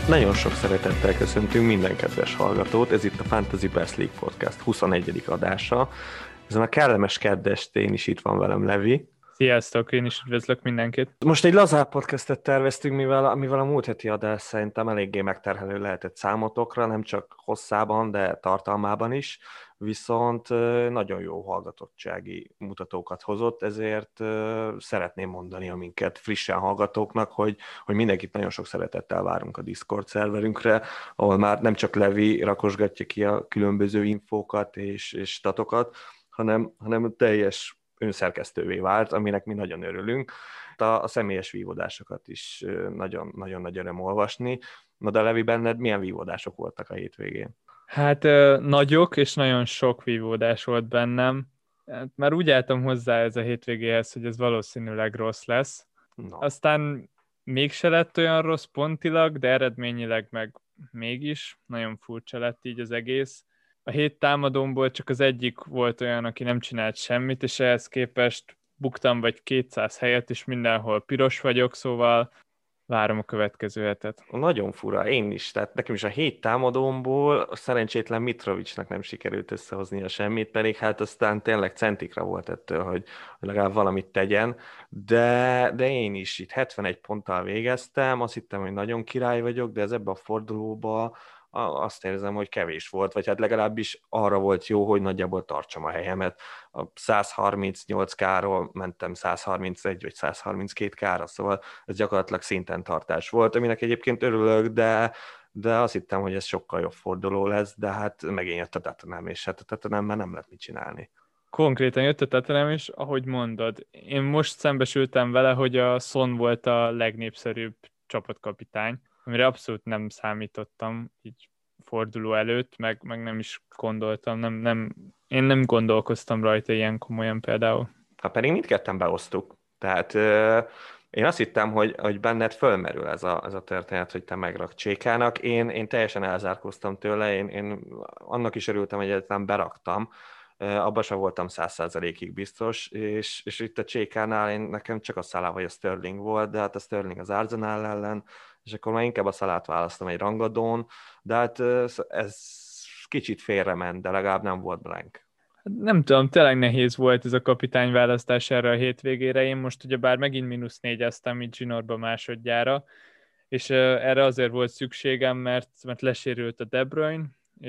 Nagyon sok szeretettel köszöntünk minden kedves hallgatót, ez itt a Fantasy Best League Podcast 21. adása. Ezen a kellemes kedd estén is itt van velem Levi. Sziasztok, én is üdvözlök mindenkit. Most egy lazább podcastet terveztünk, mivel a múlt heti adás szerintem eléggé megterhelő lehetett számotokra, nem csak hosszában, de tartalmában is, viszont nagyon jó hallgatottsági mutatókat hozott, ezért szeretném mondani aminket frissen hallgatóknak, hogy mindenkit nagyon sok szeretettel várunk a Discord szerverünkre, ahol már nem csak Levi rakosgatja ki a különböző infókat és statokat, hanem teljes önszerkesztővé vált, aminek mi nagyon örülünk. A személyes vívódásokat is nagyon nagy öröm olvasni. Na de Levi, benned milyen vívódások voltak a hétvégén? Hát nagyok és nagyon sok vívódás volt bennem. Hát, már úgy álltam hozzá ez a hétvégéhez, hogy ez valószínűleg rossz lesz. No. Aztán mégse lett olyan rossz pontilag, de eredményileg meg mégis. Nagyon furcsa lett így az egész. A 7 támadómból csak az egyik volt olyan, aki nem csinált semmit, és ehhez képest buktam vagy 200 helyet, és mindenhol piros vagyok, szóval várom a következő hetet. Nagyon fura, én is. Tehát nekem is a 7 támadómból a szerencsétlen Mitrovicsnak nem sikerült összehoznia semmit, pedig hát aztán tényleg centikra volt ettől, hogy legalább valamit tegyen, de én is itt 71 ponttal végeztem, azt hittem, hogy nagyon király vagyok, de ez ebbe a fordulóba azt érzem, hogy kevés volt, vagy hát legalábbis arra volt jó, hogy nagyjából tartsam a helyemet. A 138K-ról mentem 131 vagy 132K-ra, szóval ez gyakorlatilag szinten tartás volt, aminek egyébként örülök, de azt hittem, hogy ez sokkal jobb forduló lesz, de hát megint jött a Tottenham, és hát a Tottenhamben nem lehet mit csinálni. Konkrétan jött a Tottenham is, ahogy mondod. Én most szembesültem vele, hogy a Son volt a legnépszerűbb csapatkapitány, amire abszolút nem számítottam így forduló előtt, meg nem is gondoltam, én nem gondolkoztam rajta ilyen komolyan például. Ha pedig mindketten beosztuk, tehát én azt hittem, hogy benned fölmerül ez a történet, hogy te megrak Csékának. Én teljesen elzárkóztam tőle, én annak is örültem, hogy egyáltalán beraktam, abban sem voltam 100%-ig biztos, és itt a Csékánál nekem csak a Salah vagy a Sterling volt, de hát a Sterling az Arsenal ellen, és akkor már inkább a Salahot választom egy rangadón, de hát ez kicsit félrement, de legalább nem volt blank. Nem tudom, tényleg nehéz volt ez a kapitányválasztás erre a hétvégére. Én most ugyebár megint -4-eztem itt Zsinorba másodjára, és erre azért volt szükségem, mert lesérült a De Bruyne,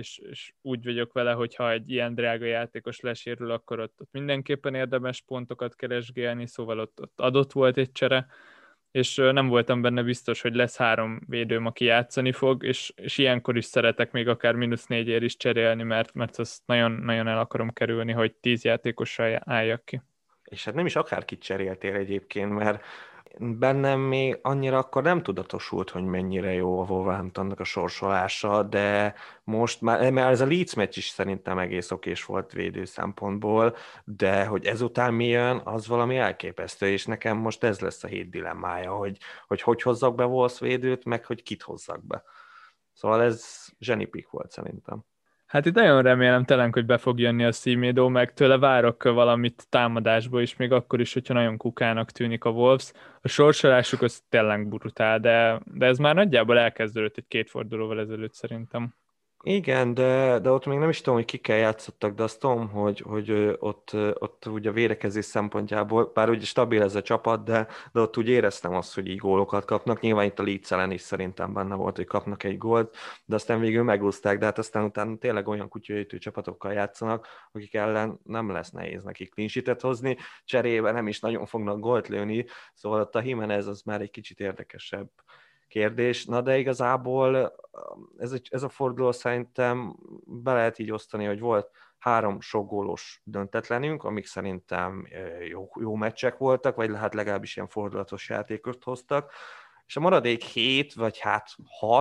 és úgy vagyok vele, hogy ha egy ilyen drága játékos lesérül, akkor ott mindenképpen érdemes pontokat keresgélni, szóval ott adott volt egy csere, és nem voltam benne biztos, hogy lesz 3 védőm, aki játszani fog, és ilyenkor is szeretek még akár -4-ért is cserélni, mert azt nagyon el akarom kerülni, hogy 10 játékossal álljak ki. És hát nem is akárkit cseréltél egyébként, mert bennem még annyira akkor nem tudatosult, hogy mennyire jó a Wolverhamptonnak a sorsolása, de most már, mert ez a Leeds meccs is szerintem egész okés volt védő szempontból, de hogy ezután mi jön, az valami elképesztő, és nekem most ez lesz a hét dilemmája, hogy hozzak be Wolves védőt, meg hogy kit hozzak be. Szóval ez zsenipik volt szerintem. Hát itt nagyon remélem tényleg, hogy be fog jönni a Semedo, meg tőle várok valamit támadásból is, még akkor is, hogyha nagyon kukának tűnik a Wolves. A sorsolásuk az tényleg brutál, de ez már nagyjából elkezdődött egy 2 fordulóval ezelőtt szerintem. Igen, de ott még nem is tudom, hogy kikkel játszottak, de azt tudom, hogy ott ugye a védekezés szempontjából, bár ugye stabil ez a csapat, de ott úgy éreztem azt, hogy így gólokat kapnak. Nyilván itt a Leeds ellen is szerintem benne volt, hogy kapnak egy gólt, de aztán végül megúszták, de hát aztán utána tényleg olyan kutyaütő csapatokkal játszanak, akik ellen nem lesz nehéz nekik clean sheetet hozni, cserébe nem is nagyon fognak gólt lőni, szóval ott a Jimenez az már egy kicsit érdekesebb kérdés. Na de igazából ez a forduló szerintem be lehet így osztani, hogy volt 3 sok gólos döntetlenünk, amik szerintem jó meccsek voltak, vagy hát legalábbis ilyen fordulatos játékot hoztak, és a maradék 7, vagy hát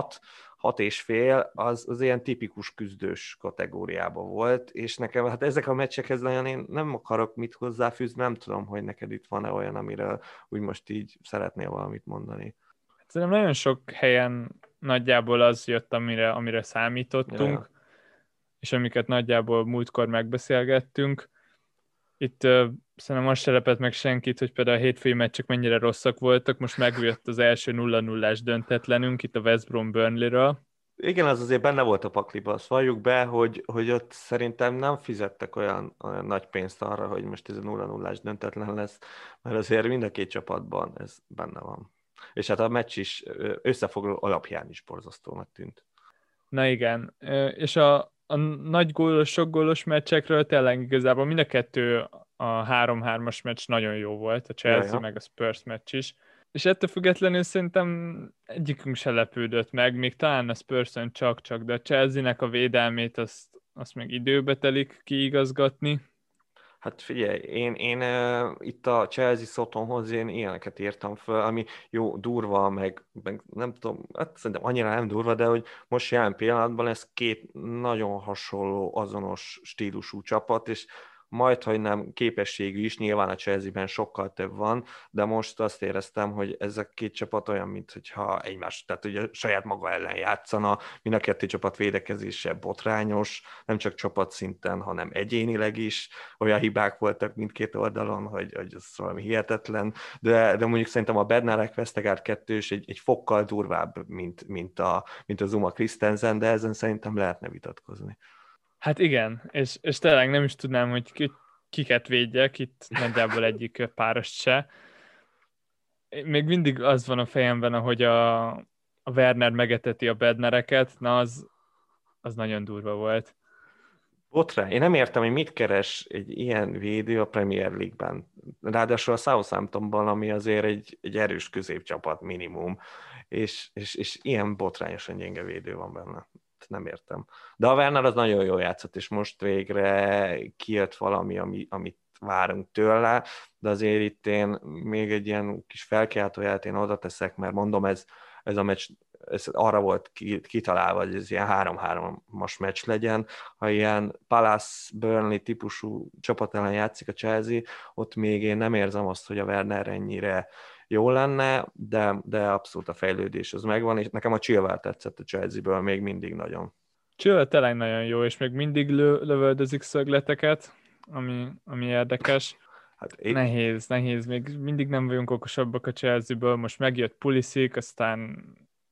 6 és fél, az ilyen tipikus küzdős kategóriában volt, és nekem hát ezek a meccsekhez nagyon én nem akarok mit hozzáfűzni, nem tudom, hogy neked itt van-e olyan, amiről úgy most így szeretnél valamit mondani. Szerintem nagyon sok helyen nagyjából az jött, amire számítottunk, és amiket nagyjából múltkor megbeszélgettünk. Itt szerintem azt se lepett meg senkit, hogy például a hétfői meccsek mennyire rosszak voltak. Most megjött az első 0-0-ás döntetlenünk itt a West Brom Burnley-ről. Igen, az azért benne volt a pakliba, azt valljuk be, hogy ott szerintem nem fizettek olyan nagy pénzt arra, hogy most ez a 0-0-ás döntetlen lesz, mert azért mind a két csapatban ez benne van. És hát a meccs is összefoglaló alapján is borzasztónak tűnt. Na igen, és a nagy gólos, sok gólos meccsekről tényleg igazából mind a kettő, a 3-3-as meccs nagyon jó volt, a Ja, Chelsea ja. meg a Spurs meccs is. És ettől függetlenül szerintem egyikünk se lepődött meg, még talán a Spurson csak-csak, de a Chelsea-nek a védelmét azt meg időbe telik kiigazgatni. Hát figyelj, én itt a Chelsea Sotonhoz én ilyeneket írtam föl, ami jó, durva, meg nem tudom, hát szerintem annyira nem durva, de hogy most jelen pillanatban ez két nagyon hasonló, azonos stílusú csapat, és majdhogy nem képességű is, nyilván a Chelsea-ben sokkal több van, de most azt éreztem, hogy ez a két csapat olyan, mintha egymás, tehát ugye saját maga ellen játszana, mind a kettő csapat védekezése botrányos, nem csak csapatszinten, hanem egyénileg is, olyan hibák voltak mindkét oldalon, hogy ez valami hihetetlen, de mondjuk szerintem a Bednarek Vestergaard kettős egy fokkal durvább, mint a Zuma Christensen, de ezen szerintem lehetne vitatkozni. Hát igen, és tényleg nem is tudnám, hogy kiket védjek, itt nagyjából egyik párost se. Még mindig az van a fejemben, ahogy a Werner megeteti a Bednareket, na az nagyon durva volt. Botrány. Én nem értem, hogy mit keres egy ilyen védő a Premier League-ben. Ráadásul a Southamptonban, ami azért egy erős középcsapat minimum, és ilyen botrányosan gyenge védő van benne. Nem értem. De a Werner az nagyon jól játszott, és most végre kijött valami, amit várunk tőle, de azért itt én még egy ilyen kis felkiáltóját én oda teszek, mert mondom, ez a meccs ez arra volt kitalálva, hogy ez ilyen 3-3-as meccs legyen. Ha ilyen Palace Burnley típusú csapat ellen játszik a Chelsea, ott még én nem érzem azt, hogy a Werner ennyire jó lenne, de abszolút a fejlődés az megvan, és nekem a Chilwell tetszett a Chelsea-ből még mindig nagyon. Chilwell tényleg nagyon jó, és még mindig lövöldözik szögleteket, ami érdekes. Hát Nehéz, még mindig nem vagyunk okosabbak a Chelsea-ből, most megjött Pulisic, aztán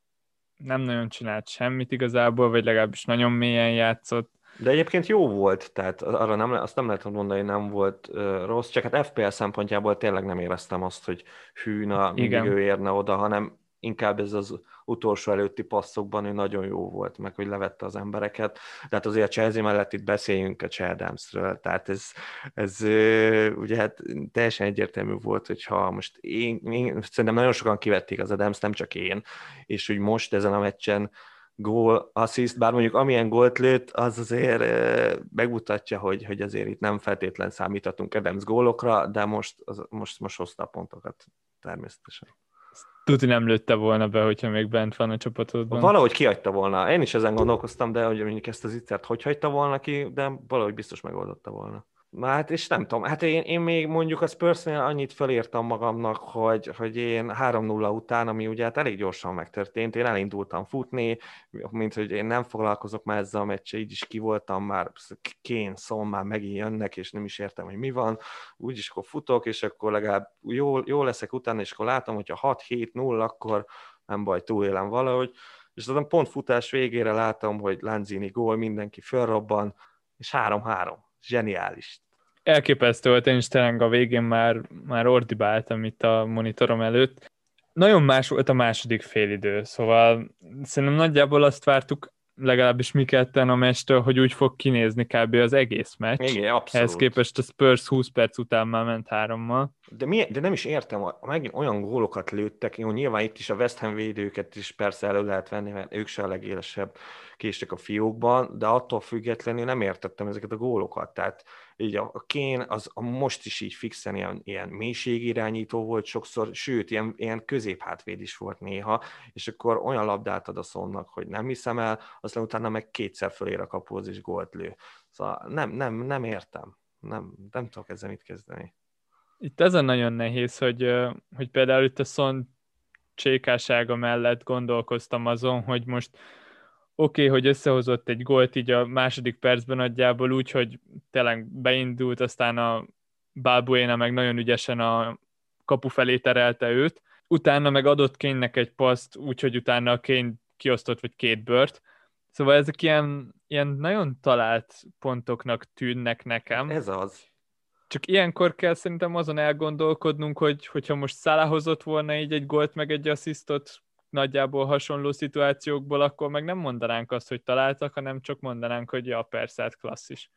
nem nagyon csinált semmit igazából, vagy legalábbis nagyon mélyen játszott. de egyébként jó volt, tehát arra azt nem lehet mondani, hogy nem volt rossz, csak hát FPL szempontjából tényleg nem éreztem azt, hogy hű, na, mindig Igen. ő érne oda, hanem inkább ez az utolsó előtti passzokban ő nagyon jó volt, meg hogy levette az embereket. De hát azért a Chelsea mellett itt beszéljünk a Chelsea-ről, tehát ez ugye hát teljesen egyértelmű volt, hogyha most én szerintem nagyon sokan kivették az Adams, nem csak én, és hogy most ezen a meccsen gól, assziszt, bár mondjuk amilyen gólt lőtt, az azért megmutatja, hogy azért itt nem feltétlen számíthatunk Adams gólokra, de most hozta a pontokat természetesen. Tuti nem lőtte volna be, hogyha még bent van a csapatodban. Valahogy kihagyta volna. Én is ezen gondolkoztam, de hogy mondjuk ezt az ittert hogy hagyta volna ki, de valahogy biztos megoldotta volna. Hát és nem tudom, hát én még mondjuk a Spursnél annyit felírtam magamnak, hogy én 3-0 után, ami ugye hát elég gyorsan megtörtént, én elindultam futni, mint hogy én nem foglalkozok már ezzel a meccsel, így is ki voltam már, Kane, Son már megint jönnek, és nem is értem, hogy mi van, úgyis akkor futok, és akkor legalább jó leszek utána, és akkor látom, hogyha 6-7-0, akkor nem baj, túlélem valahogy, és aztán pont futás végére látom, hogy Lanzini gól, mindenki felrobban, és 3-3. Zseniális. Elképesztő volt, én is tényleg a végén már ordibáltam itt a monitorom előtt. Nagyon más volt a második félidő, szóval szerintem nagyjából azt vártuk, legalábbis mi ketten a meccstől, hogy úgy fog kinézni kb. Az egész meccs. Igen, abszolút. Ehhez képest a Spurs 20 perc után már ment 3-mal. De nem is értem, megint olyan gólokat lőttek, jó, nyilván itt is a West Ham védőket is persze elő lehet venni, mert ők se a legélesebb késtek a fiókban, de attól függetlenül nem értettem ezeket a gólokat, tehát így a Kane az most is így fixen ilyen mélységirányító volt sokszor, sőt, ilyen középhátvéd is volt néha, és akkor olyan labdát ad a Sonnak, hogy nem hiszem el, aztán utána meg kétszer fölér a kapuhoz és gólt lő. Szóval nem értem, nem tudok ezzel mit kezdeni. Itt ezen nagyon nehéz, hogy például itt a Son csékásága mellett gondolkoztam azon, hogy most oké, hogy összehozott egy gólt így a második percben nagyjából úgy, hogy tényleg beindult, aztán a Balbuena meg nagyon ügyesen a kapu felé terelte őt, utána meg adott Kane-nek egy paszt, úgyhogy utána a Kane kiosztott vagy 2 bört. Szóval ezek ilyen nagyon talált pontoknak tűnnek Hát nekem. ez az. Csak ilyenkor kell szerintem azon elgondolkodnunk, hogyha most Salah hozott volna így egy gólt meg egy asszisztot nagyjából hasonló szituációkból, akkor meg nem mondanánk azt, hogy találtak, hanem csak mondanánk, hogy ja, persze, hát klasszis.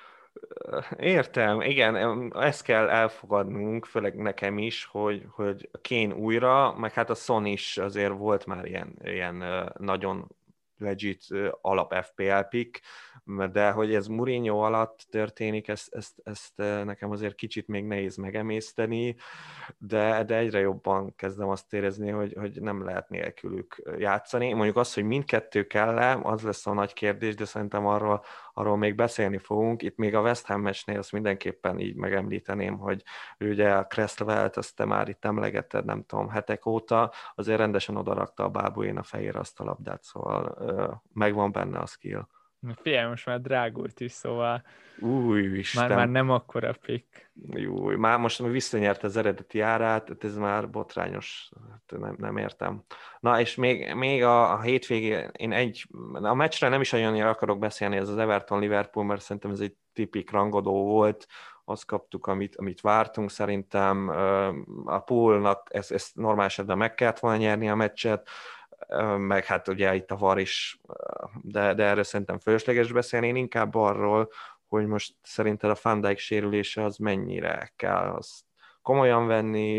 Értem, igen, ezt kell elfogadnunk, főleg nekem is, hogy a Kane újra, meg hát a Son is azért volt már ilyen nagyon legit alap FPL pick, de hogy ez Mourinho alatt történik, ezt nekem azért kicsit még nehéz megemészteni, de egyre jobban kezdem azt érezni, hogy nem lehet nélkülük játszani. Mondjuk az, hogy mindkettő kell-e, az lesz a nagy kérdés, de szerintem arról még beszélni fogunk. Itt még a West Ham meccsnél azt mindenképpen így megemlíteném, hogy ő ugye a Cresswell-t, azt te már itt emlegetted, nem tudom, hetek óta, azért rendesen odarakta a Balbuena fejére azt a labdát, szóval megvan benne a skill. Figyelj, most már drágult is, szóval Új, már Isten! nem akkora pick. Jó, már most visszanyerte az eredeti árát, ez már botrányos, nem értem. Na, és még a hétvégén, a meccsre nem is olyan akarok beszélni, ez az Everton-Liverpool, mert szerintem ez egy tipik rangodó volt, azt kaptuk, amit vártunk, szerintem a Poolnak ezt normál esetben meg kellett volna nyerni a meccset, meg hát ugye itt a VAR is, de erről szerintem fölösleges beszélni, én inkább arról, hogy most szerinted a Van Dijk sérülése az mennyire kell azt komolyan venni,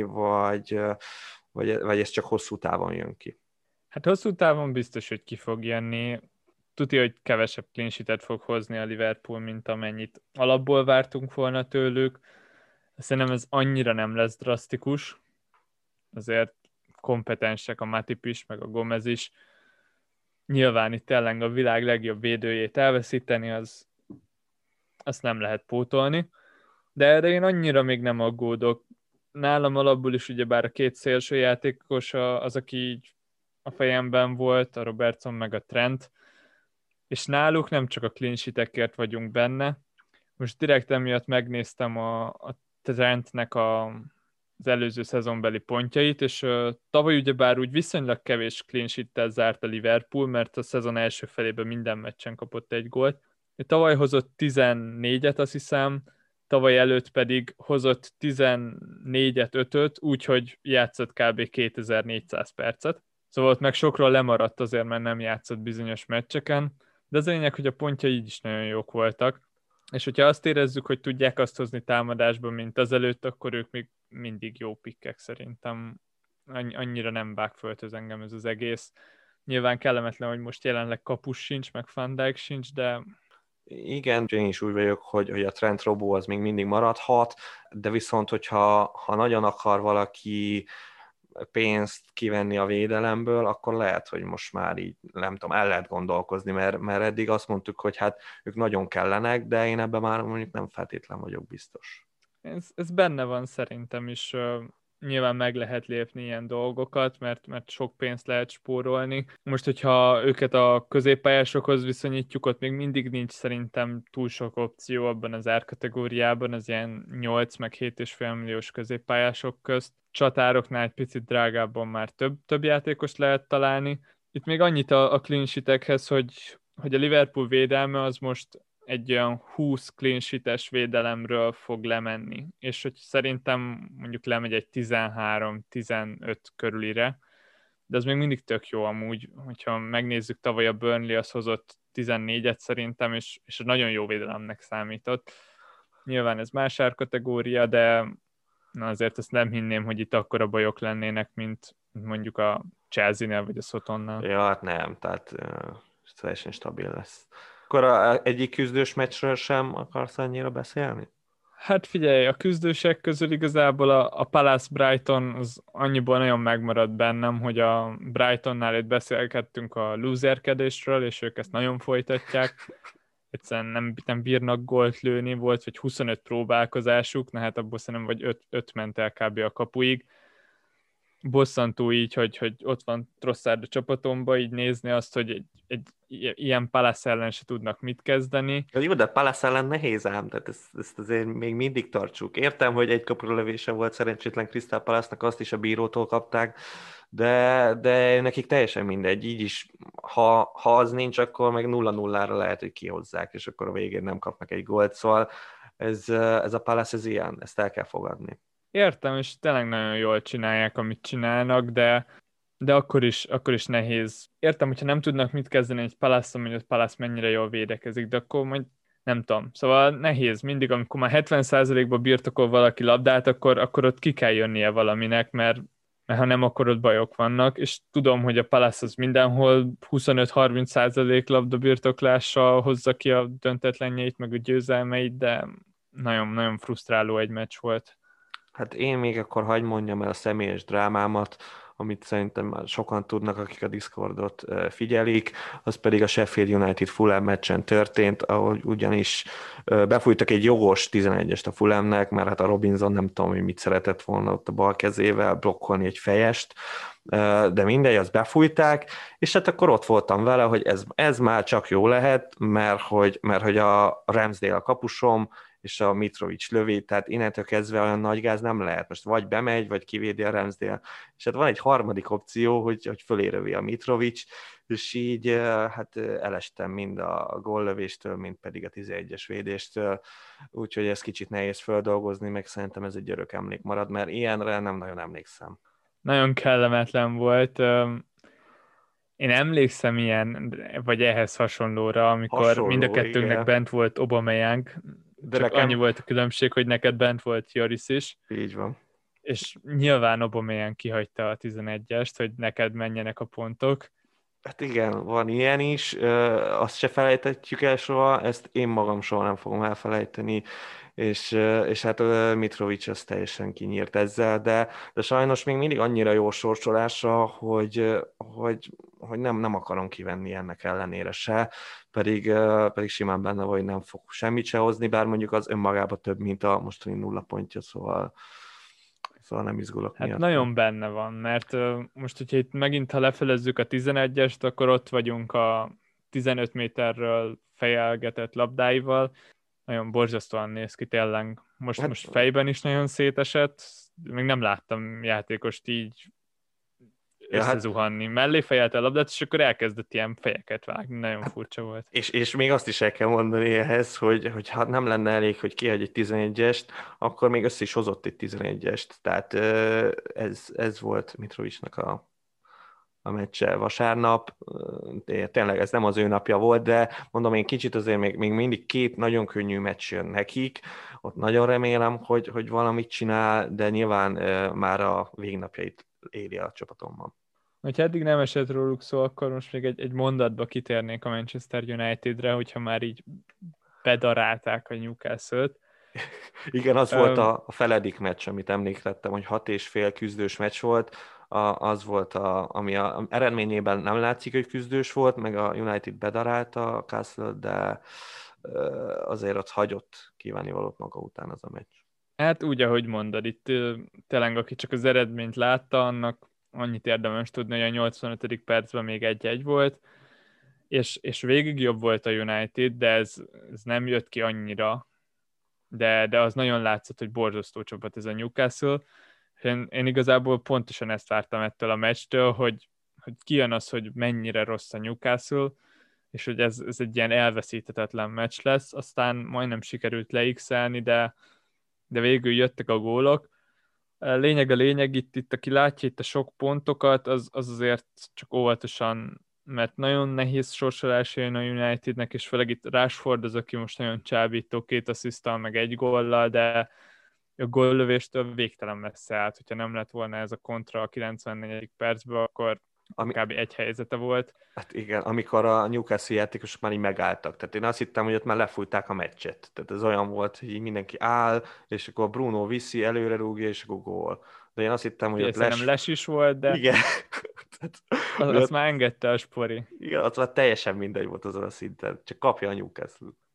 vagy ez csak hosszú távon jön ki? Hát hosszú távon biztos, hogy ki fog jönni. Tudja, hogy kevesebb clean sheetet fog hozni a Liverpool, mint amennyit alapból vártunk volna tőlük. Szerintem ez annyira nem lesz drasztikus. Azért kompetensek a Matip is, meg a Gomez is. Nyilván itt tényleg a világ legjobb védőjét elveszíteni, azt nem lehet pótolni. De erre én annyira még nem aggódok. Nálam alapból is ugyebár a 2 szélső játékos az, aki így a fejemben volt, a Robertson meg a Trent, és náluk nem csak a clean sheetekért vagyunk benne. Most direkt emiatt megnéztem a Trentnek az előző szezonbeli pontjait, és tavaly ugyebár úgy viszonylag kevés clean sheet-tel zárt a Liverpool, mert a szezon első felében minden meccsen kapott egy gólt. Tavaly hozott 14-et, azt hiszem, tavaly előtt pedig hozott 14-et, 5-öt, úgyhogy játszott kb. 2400 percet. Szóval ott meg sokról lemaradt azért, mert nem játszott bizonyos meccseken, de az a lényeg, hogy a pontja így is nagyon jók voltak. És hogyha azt érezzük, hogy tudják azt hozni támadásban, mint azelőtt, akkor ők még mindig jó pikkek szerintem. Annyira nem bágföltöz engem ez az egész. Nyilván kellemetlen, hogy most jelenleg kapus sincs, meg Van Dijk sincs, de Igen, én is úgy vagyok, hogy a Trent Robó az még mindig maradhat, de viszont, hogyha nagyon akar valaki pénzt kivenni a védelemből, akkor lehet, hogy most már így, nem tudom, el lehet gondolkozni, mert eddig azt mondtuk, hogy hát ők nagyon kellenek, de én ebben már mondjuk nem feltétlen vagyok biztos. ez benne van szerintem is. Nyilván meg lehet lépni ilyen dolgokat, mert sok pénzt lehet spórolni. Most, hogyha őket a középpályásokhoz viszonyítjuk, ott még mindig nincs szerintem túl sok opció abban az árkategóriában, az ilyen 8 meg 7,5 milliós középpályások közt. Csatároknál egy picit drágábban már több játékos lehet találni. Itt még annyit a clean sheetekhez, hogy a Liverpool védelme az most egy olyan 20 clean sheet-es védelemről fog lemenni, és hogy szerintem mondjuk lemegy egy 13-15 körülire, de ez még mindig tök jó amúgy, hogyha megnézzük, tavaly a Burnley az hozott 14-et szerintem, és nagyon jó védelemnek számított. Nyilván ez más árkategória, de azért ezt nem hinném, hogy itt akkora bajok lennének, mint mondjuk a Chelsea-nél vagy a Sotonnál. Ja, hát nem, tehát teljesen stabil lesz. Akkor egyik küzdős meccsről sem akarsz annyira beszélni? Hát figyelj, a küzdősek közül igazából a Palace Brighton az annyiból nagyon megmaradt bennem, hogy a Brightonnál itt beszélgettünk a loserkedésről, és ők ezt nagyon folytatják. Egyszerűen nem bírnak gólt lőni, volt vagy 25 próbálkozásuk, na hát abból szerintem vagy 5 ment el kb. A kapuig. bosszantó így, hogy ott van Trossard a csapatomba, így nézni azt, hogy egy ilyen Palace ellen se tudnak mit kezdeni. Ja, jó, de Palace ellen nehéz ám, tehát ezt azért még mindig tartsuk. Értem, hogy egy kapura lövése volt szerencsétlen Crystal Palace-nak, azt is a bírótól kapták, de nekik teljesen mindegy. Így is, ha az nincs, akkor meg 0-0-ra lehet, hogy kihozzák, és akkor a végén nem kapnak egy gólt. Szóval ez a Palace, ez ilyen, ezt el kell fogadni. Értem, és tényleg nagyon jól csinálják, amit csinálnak, de akkor is nehéz. Értem, hogyha nem tudnak mit kezdeni egy Palace-on, hogy a Palace mennyire jól védekezik, de akkor majd nem tudom. Szóval nehéz mindig, amikor már 70%-ba birtokol valaki labdát, akkor ott ki kell jönnie valaminek, mert ha nem, akkor ott bajok vannak, és tudom, hogy a Palace az mindenhol 25-30% labda birtoklással hozza ki a döntetlenjeit, meg a győzelmeit, de nagyon-nagyon frusztráló egy meccs volt. Hát én még akkor hagyd mondjam el a személyes drámámat, amit szerintem már sokan tudnak, akik a Discordot figyelik, az pedig a Sheffield United Fulham meccsen történt, ahol ugyanis befújtak egy jogos 11-est a Fulhamnek, mert hát a Robinson nem tudom, hogy mit szeretett volna ott a bal kezével blokkolni egy fejest, de mindegy, azt befújták, és hát akkor ott voltam vele, hogy ez már csak jó lehet, mert hogy a Ramsdale a kapusom, és a Mitrovic lövi, tehát innentől kezdve olyan nagy gáz nem lehet. Most vagy bemegy, vagy kivédi a Ramsdale. És hát van egy harmadik opció, hogy fölérövi a Mitrovic, és így hát elestem mind a góllövéstől, mind pedig a 11-es védéstől, úgyhogy ez kicsit nehéz földolgozni, meg szerintem ez egy örök emlék marad, mert ilyenre nem nagyon emlékszem. Nagyon kellemetlen volt. Én emlékszem ilyen, vagy ehhez hasonlóra, amikor mind a Hasonló, kettőnknek igen. bent volt Aubameyang, De csak annyi nekem volt a különbség, hogy neked bent volt Joris is, így van. és nyilván Aubameyang kihagyta a 11-est, hogy neked menjenek a pontok. Hát igen, van ilyen is, azt se felejtetjük el soha, ezt én magam soha nem fogom elfelejteni, és hát Mitrovic az teljesen kinyírt ezzel, de sajnos még mindig annyira jó sorsolása, hogy nem akarom kivenni ennek ellenére se, pedig simán benne van, hogy nem fog semmit se hozni, bár mondjuk az önmagában több, mint a mostani 0 pontja, szóval nem izgulok Hát miatta. nagyon benne van, mert most, hogyha itt megint, ha lefelezzük a 11-est, akkor ott vagyunk a 15 méterről fejelgetett labdáival, nagyon borzasztóan néz ki tényleg. Hát, Most fejben is nagyon szétesett, még nem láttam játékost így ja, hát összezuhanni. Mellé fejelte a labdát, és akkor elkezdett ilyen fejeket vágni. Nagyon Hát, furcsa volt. és még azt is el kell mondani ehhez, hogy ha nem lenne elég, hogy kihagy egy 11-est, akkor még össze is hozott egy 11-est. Tehát ez volt Mitrovicnak a meccse vasárnap. Tényleg ez nem az ő napja volt, de mondom én kicsit azért még mindig két nagyon könnyű meccs jön nekik. Ott nagyon remélem, hogy valamit csinál, de nyilván már a végnapjait éli a csapatomban. Hogyha eddig nem esett róluk szó, akkor most még egy mondatba kitérnék a Manchester Unitedre, hogyha már így bedarálták a Newcastle-t. Igen, az volt a feledik meccs, amit emlékeztettem, hogy 6,5 küzdős meccs volt, az volt, ami a eredményében nem látszik, hogy küzdős volt, meg a United bedarálta a Castle, de azért ott hagyott kívánnivalót maga után az a meccs. Hát úgy, ahogy mondod, itt tényleg aki csak az eredményt látta, annak annyit érdemes tudni, hogy a 85. percben még 1-1 volt, és végig jobb volt a United, de ez nem jött ki annyira, de az nagyon látszott, hogy borzasztó csapat ez a Newcastle. Én igazából pontosan ezt vártam ettől a meccstől, hogy kijön az, hogy mennyire rossz a Newcastle, és hogy ez egy ilyen elveszíthetetlen meccs lesz, aztán majdnem sikerült leixelni, de végül jöttek a gólok. Lényeg a lényeg, itt aki látja itt a sok pontokat, az azért csak óvatosan, mert nagyon nehéz sorsolás jön a Unitednek, és főleg itt Rashford az, aki most nagyon csábító, 2 assziszttal, meg 1 góllal, de a góllövéstől végtelen messze állt, hogyha nem lett volna ez a kontra a 94. percben, akkor kb. Egy helyzete volt. Hát igen, amikor a Newcastle játékosok már így megálltak. Tehát én azt hittem, hogy ott már lefújták a meccset. Tehát ez olyan volt, hogy így mindenki áll, és akkor Bruno viszi, előre rúgja, és akkor gól. De én azt hittem, hogy ott Szerintem les is volt, de igen. Tehát, azt már engedte a spori. igen, ott már teljesen mindegy volt azon a szinten. Csak kapja a Newcastle.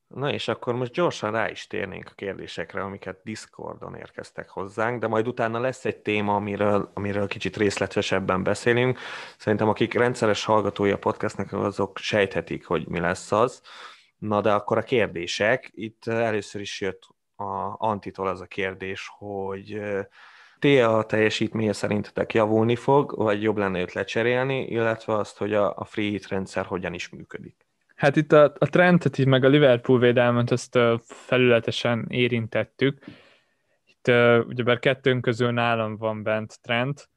Na és akkor most gyorsan rá is térnénk a kérdésekre, amiket Discordon érkeztek hozzánk, de majd utána lesz egy téma, amiről kicsit részletesebben beszélünk. Szerintem akik rendszeres hallgatói a podcastnek, azok sejthetik, hogy mi lesz az. Na de akkor a kérdések. Itt először is jött a Antitól az a kérdés, hogy a teljesítménye szerintetek javulni fog, vagy jobb lenne őt lecserélni, illetve azt, hogy a free hit rendszer hogyan is működik. Hát itt a Trentet, meg a Liverpool védelmet azt felületesen érintettük. Itt ugyebár kettőnk közül nálam van bent Trent.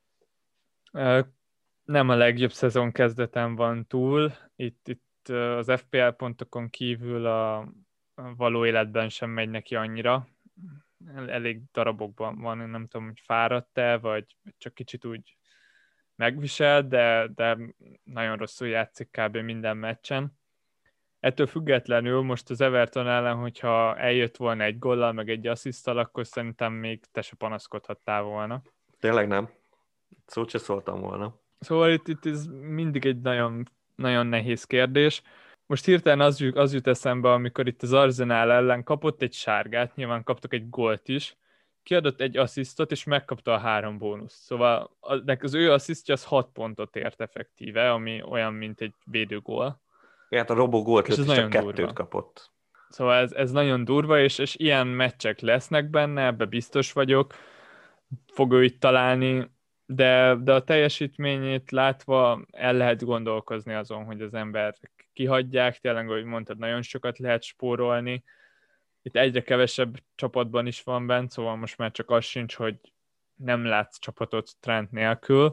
Nem a legjobb szezon kezdeten van túl. Itt az FPL pontokon kívül a való életben sem megy neki annyira. Elég darabokban van, én nem tudom, hogy fáradt-e, vagy csak kicsit úgy megvisel, de nagyon rosszul játszik kb. Minden meccsen. Ettől függetlenül most az Everton ellen, hogyha eljött volna egy góllal, meg egy assziszttal, akkor szerintem még te se panaszkodhattál volna. Tényleg nem. Szót se szóltam volna. Szóval itt ez mindig egy nagyon, nagyon nehéz kérdés. Most hirtelen az jut eszembe, amikor itt az Arsenal ellen kapott egy sárgát, nyilván kaptak egy gólt is, kiadott egy asszisztot, és megkapta a 3 bónuszt. Szóval az ő asszisztja az 6 pontot ért effektíve, ami olyan, mint egy védőgól. Hát a Robó gólt lőtt, és csak 2 durva. kapott. Szóval ez nagyon durva, és ilyen meccsek lesznek benne, ebbe biztos vagyok. Fog ő itt találni, de a teljesítményét látva el lehet gondolkozni azon, hogy az ember kihagyják, tényleg, ahogy mondtad, nagyon sokat lehet spórolni. Itt egyre kevesebb csapatban is van bent, szóval most már csak az sincs, hogy nem látsz csapatot Trent nélkül.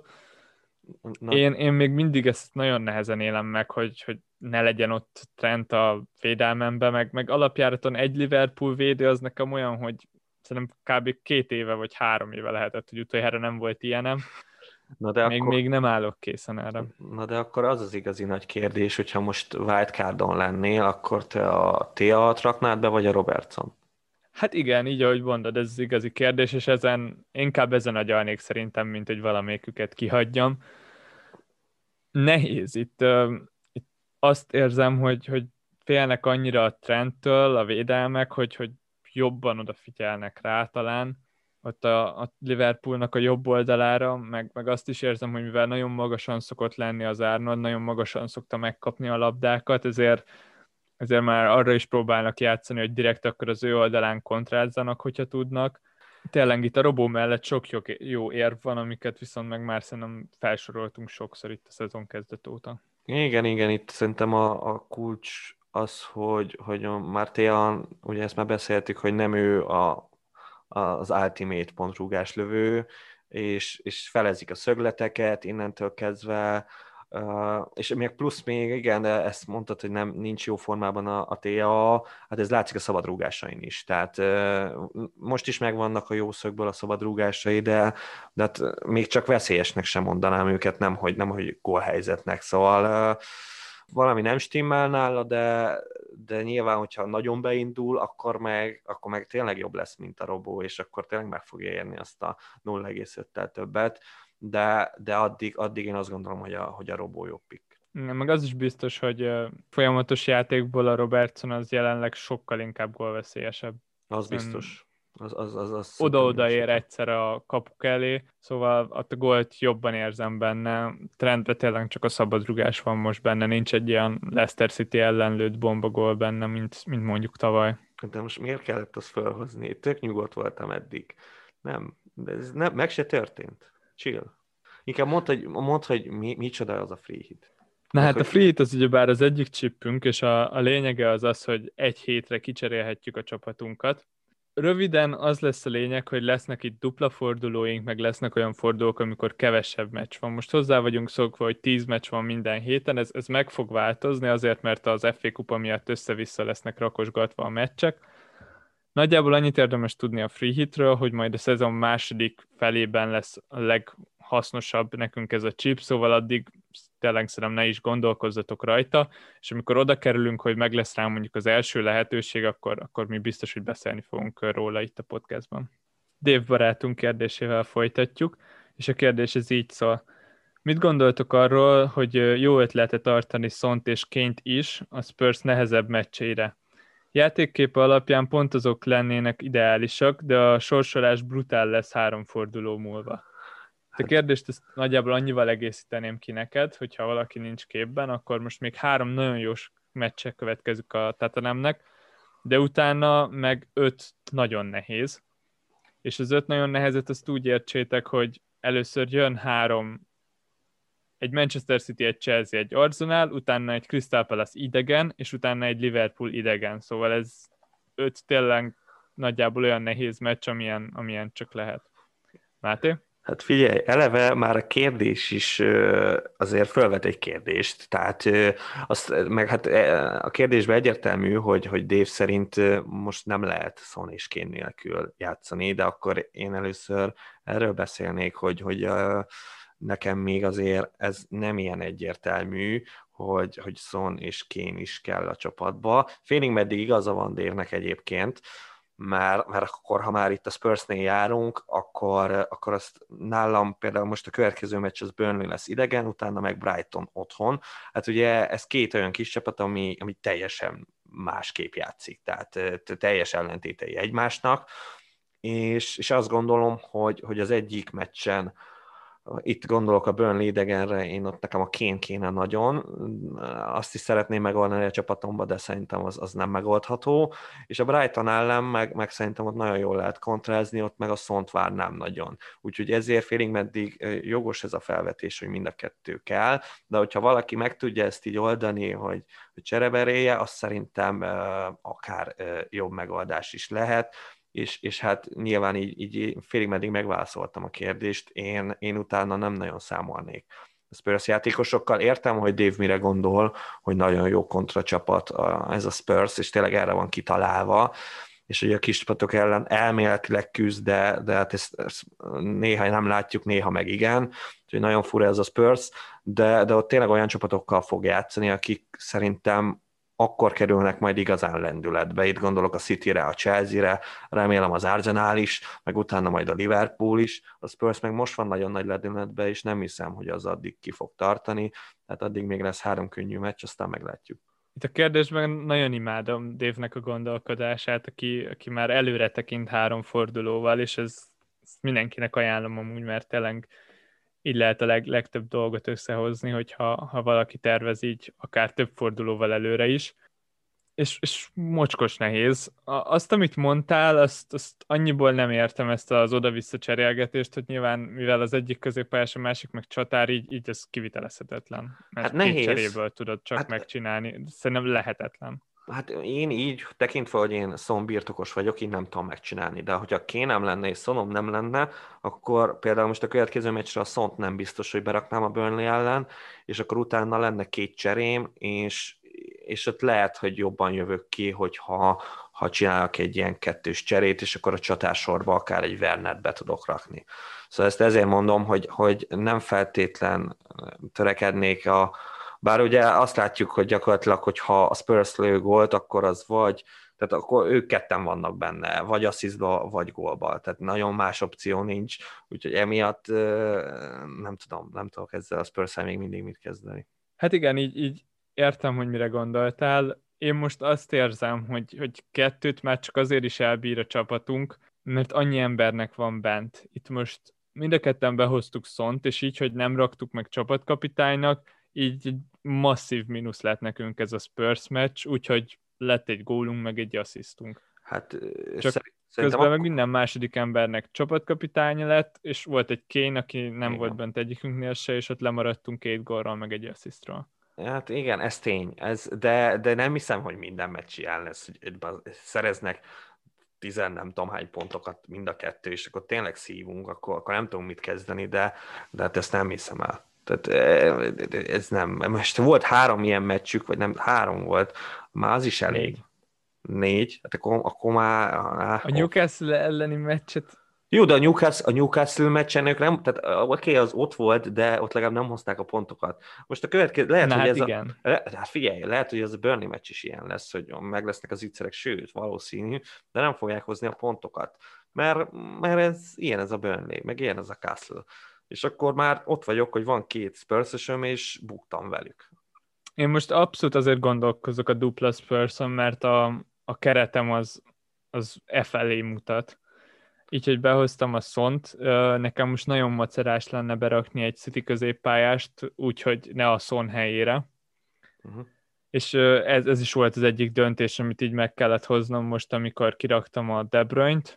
Én még mindig ezt nagyon nehezen élem meg, hogy ne legyen ott Trent a védelmembe, meg alapjáraton egy Liverpool védő az nekem olyan, hogy szerintem kb. 2 éve vagy 3 éve lehetett, hogy utoljára nem volt ilyenem. Még nem állok készen erre. Na de akkor az az igazi nagy kérdés, hogyha most wildcardon lennél, akkor te a Tea-t raknád be, vagy a Robertson? Hát igen, így ahogy mondod, ez az igazi kérdés, és inkább ezen agyalnék szerintem, mint hogy valamelyiküket kihagyjam. Nehéz. Itt azt érzem, hogy félnek annyira a Trenttől a védelmek, hogy jobban odafigyelnek rá talán ott a Liverpoolnak a jobb oldalára, meg azt is érzem, hogy mivel nagyon magasan szokott lenni az Arnold, nagyon magasan szokta megkapni a labdákat, ezért már arra is próbálnak játszani, hogy direkt akkor az ő oldalán kontrázzanak, hogyha tudnak. Tényleg itt a Robó mellett sok jó érv van, amiket viszont meg már szerintem felsoroltunk sokszor itt a szezon kezdet óta. Igen, itt szerintem a kulcs az, hogy Martian, ugye ezt már beszéltük, hogy nem ő az ultimate pontrúgás lövő, és felezik a szögleteket innentől kezdve, és még igen, de ezt mondtad, hogy nincs jó formában a TA, hát ez látszik a szabadrúgásain is, tehát most is megvannak a jó szögből a szabadrúgásai, de hát még csak veszélyesnek sem mondanám őket, nem hogy gólhelyzetnek, szóval valami nem stimmel nála, de nyilván, hogyha nagyon beindul, akkor meg tényleg jobb lesz, mint a Robó, és akkor tényleg meg fogja érni azt a 0,5-tel többet, de addig én azt gondolom, hogy a Robó jobb pick. Meg az is biztos, hogy folyamatos játékból a Robertson az jelenleg sokkal inkább gólveszélyesebb. Az biztos. Az oda-oda ér egyszer a kapuk elé, szóval a gólt jobban érzem benne. Trentben tényleg csak a szabadrugás van most benne, nincs egy ilyen Leicester City ellen lőtt bombagól benne, mint mondjuk tavaly. De most miért kellett azt felhozni? Tök nyugodt voltam eddig. Nem, ez nem, meg se történt. Chill. Inkább mondd, hogy micsoda az a free hit. Na hát a free hit az ugyebár az egyik chipünk, és a lényege az, hogy egy hétre kicserélhetjük a csapatunkat. Röviden az lesz a lényeg, hogy lesznek itt dupla fordulóink, meg lesznek olyan fordulók, amikor kevesebb meccs van. Most hozzá vagyunk szokva, hogy 10 meccs van minden héten, ez meg fog változni, azért, mert az FA kupa miatt össze-vissza lesznek rakosgatva a meccsek. Nagyjából annyit érdemes tudni a free hitről, hogy majd a szezon második felében lesz a leghasznosabb nekünk ez a chip, szóval addig tényleg szerintem ne is gondolkozzatok rajta, és amikor oda kerülünk, hogy meg lesz rá mondjuk az első lehetőség, akkor mi biztos, hogy beszélni fogunk róla itt a podcastban. Dave barátunk kérdésével folytatjuk, és a kérdés ez így szól. Mit gondoltok arról, hogy jó ötlete tartani Sont és Kane-t is a Spurs nehezebb meccseire? Játékképe alapján pont azok lennének ideálisak, de a sorsolás brutál lesz 3 forduló múlva. A Hát, kérdést ezt nagyjából annyival egészíteném ki neked, hogyha valaki nincs képben, akkor most még 3 nagyon jó meccse következik a Tatanemnek, de utána meg 5 nagyon nehéz. És az 5 nagyon nehezet azt úgy értsétek, hogy először jön 3, egy Manchester City, egy Chelsea, egy Arsenal, utána egy Crystal Palace idegen, és utána egy Liverpool idegen. Szóval ez 5 tényleg nagyjából olyan nehéz meccs, amilyen csak lehet. Máté? hát figyelj, eleve már a kérdés is azért felvet egy kérdést, tehát meg hát a kérdésben egyértelmű, hogy Dave szerint most nem lehet Son és Kane nélkül játszani, de akkor én először erről beszélnék, hogy nekem még azért ez nem ilyen egyértelmű, hogy Son és Kane is kell a csapatba. Félig meddig igaza van Dave-nek egyébként, mert akkor, ha már itt a Spursnél járunk, akkor azt nálam például most a következő meccs az Burnley lesz idegen, utána meg Brighton otthon. Hát ugye ez két olyan kis csapat, ami teljesen másképp játszik, tehát teljes ellentétei egymásnak, és azt gondolom, hogy az egyik meccsen itt gondolok a Burnley idegenre, én ott nekem a Kane kéne nagyon, azt is szeretném megoldani a csapatomba, de szerintem az nem megoldható, és a Brighton ellen meg szerintem ott nagyon jól lehet kontrázni, ott meg a Szont várnám nagyon. Úgyhogy ezért félig meddig jogos ez a felvetés, hogy mind a kettő kell, de hogyha valaki meg tudja ezt így oldani, hogy csereberélje, azt szerintem akár jobb megoldás is lehet, és hát nyilván így félig meddig megválaszoltam a kérdést, én utána nem nagyon számolnék a Spurs játékosokkal. Értem, hogy Dave mire gondol, hogy nagyon jó kontracsapat ez a Spurs, és tényleg erre van kitalálva, és ugye a kis csapatok ellen elméletileg küzd, de hát ezt néha nem látjuk, néha meg igen, úgyhogy nagyon fura ez a Spurs, de ott tényleg olyan csapatokkal fog játszani, akik szerintem akkor kerülnek majd igazán lendületbe. Itt gondolok a Cityre, a Chelsea-re, remélem az Arsenal is, meg utána majd a Liverpool is. A Spurs meg most van nagyon nagy lendületbe, és nem hiszem, hogy az addig ki fog tartani. Tehát addig még lesz 3 könnyű meccs, aztán meglátjuk. Itt a kérdésben nagyon imádom Dave-nek a gondolkodását, aki már előre tekint 3 fordulóval, és ezt mindenkinek ajánlom amúgy, mert tényleg így lehet a legtöbb dolgot összehozni, hogyha valaki tervez így akár több fordulóval előre is. És mocskos nehéz. Azt, amit mondtál, azt annyiból nem értem, ezt az oda-vissza cserélgetést, hogy nyilván, mivel az egyik középpályás, a másik meg csatár, így ez kivitelezhetetlen. Hát Mert két nehéz. cseréből tudod csak Hát megcsinálni. Szerintem lehetetlen. Hát én így, tekintve, hogy én Son birtokos vagyok, így nem tudom megcsinálni, de hogyha Kénem lenne és Sonom nem lenne, akkor például most a következő meccsre a Szont nem biztos, hogy beraknám a Burnley ellen, és akkor utána lenne 2 cserém, és ott lehet, hogy jobban jövök ki, ha csinálok egy ilyen 2-s cserét, és akkor a csatársorba akár egy Wernert be tudok rakni. Szóval ezt ezért mondom, hogy nem feltétlen törekednék bár ugye azt látjuk, hogy gyakorlatilag, hogyha a Spurs lő gólt, akkor az tehát akkor ők ketten vannak benne, vagy asszisztba, vagy gólba, tehát nagyon más opció nincs, úgyhogy emiatt nem tudok ezzel a Spurs-el még mindig mit kezdeni. Hát igen, így értem, hogy mire gondoltál. Én most azt érzem, hogy 2-t már csak azért is elbír a csapatunk, mert annyi embernek van bent. Itt most mind a ketten behoztuk Szont, és így, hogy nem raktuk meg csapatkapitánynak, így egy masszív mínusz lett nekünk ez a Spurs meccs, úgyhogy lett egy gólunk, meg egy asszisztunk. Hát Csak szerintem közben meg minden második embernek csapatkapitánya lett, és volt egy Kane, aki nem volt bent egyikünknél se, és ott lemaradtunk 2 gólral, meg egy asszisztról. Hát igen, ez tény, de nem hiszem, hogy minden meccs ilyen lesz, hogy szereznek 10 nem tudom hány pontokat mind a kettő, és akkor tényleg szívunk, akkor nem tudunk mit kezdeni, de hát ezt nem hiszem el. Tehát ez nem. Most volt 3 ilyen meccsük, vagy nem, 3 volt, már az is elég. 4, hát akkor már... A Newcastle elleni meccset. Jó, de a Newcastle meccsen ők nem, tehát oké, az ott volt, de ott legalább nem hozták a pontokat. Most a következő, lehet, Na hogy hát ez igen. hát figyelj, lehet, hogy ez a Burnley meccs is ilyen lesz, hogy meg lesznek az ígyszerek, sőt, valószínű, de nem fogják hozni a pontokat. Mert ez a Burnley, meg ilyen ez a Castle. És akkor már ott vagyok, hogy van 2 Spurs-ösöm, és buktam velük. Én most abszolút azért gondolkozok a dupla Spurs-on, mert a keretem az e felé mutat. Így, hogy behoztam a Sont, nekem most nagyon macerás lenne berakni egy City középpályást, úgyhogy ne a Son helyére. Uh-huh. És ez is volt az egyik döntés, amit így meg kellett hoznom most, amikor kiraktam a De Bruyne-t.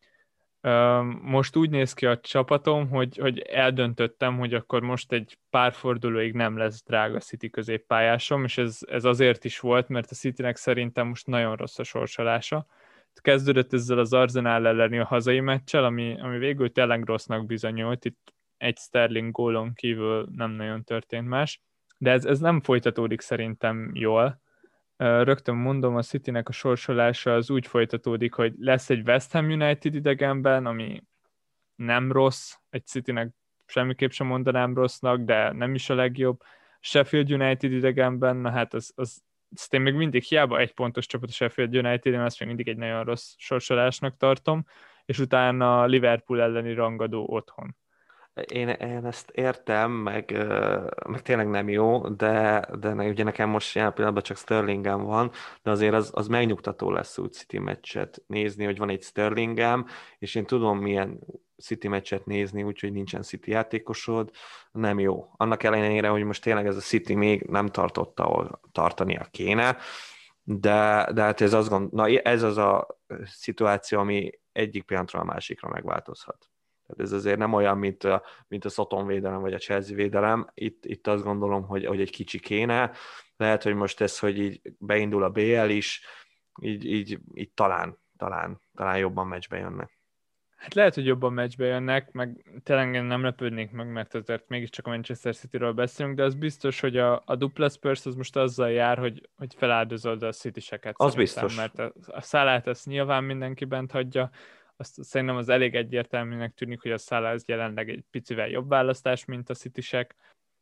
Most úgy néz ki a csapatom, hogy eldöntöttem, hogy akkor most egy pár fordulóig nem lesz drága City középpályásom, és ez azért is volt, mert a Citynek szerintem most nagyon rossz a sorsolása. Kezdődött ezzel az Arsenal elleni a hazai meccsel, ami végül tényleg rossznak bizonyult, itt egy Sterling gólon kívül nem nagyon történt más, de ez nem folytatódik szerintem jól. Rögtön mondom, a Citynek a sorsolása az úgy folytatódik, hogy lesz egy West Ham United idegenben, ami nem rossz, egy Citynek semmiképp sem mondanám rossznak, de nem is a legjobb. Sheffield United idegenben, na hát az én még mindig hiába egy pontos csapat a Sheffield United, én azt még mindig egy nagyon rossz sorsolásnak tartom, és utána Liverpool elleni rangadó otthon. Én ezt értem, meg tényleg nem jó, de ugye nekem most jelen pillanatban csak Sterlingem van, de azért az megnyugtató lesz úgy City meccset nézni, hogy van egy Sterlingem, és én tudom milyen City meccset nézni, úgyhogy nincsen City játékosod, nem jó. Annak ellenére, hogy most tényleg ez a City még nem tartotta, ahol tartania kéne, de hát ez az a szituáció, ami egyik pillanatról a másikra megváltozhat. Tehát ez azért nem olyan, mint a Soton védelem, vagy a Chelsea védelem. Itt azt gondolom, hogy egy kicsi kéne. Lehet, hogy most ez, hogy így beindul a BL is, így talán jobban meccsbe jönnek. Hát lehet, hogy jobban meccsbe jönnek, meg tényleg én nem lepődnék meg, mert azért mégiscsak a Manchester City-ről beszélünk, de az biztos, hogy a dupla Spurs az most azzal jár, hogy feláldozod a City-seket Az szerintem, biztos. mert a Salát ezt nyilván mindenki bent hagyja, azt szerintem az elég egyértelműnek tűnik, hogy a Salah az jelenleg egy picivel jobb választás, mint a City-sek,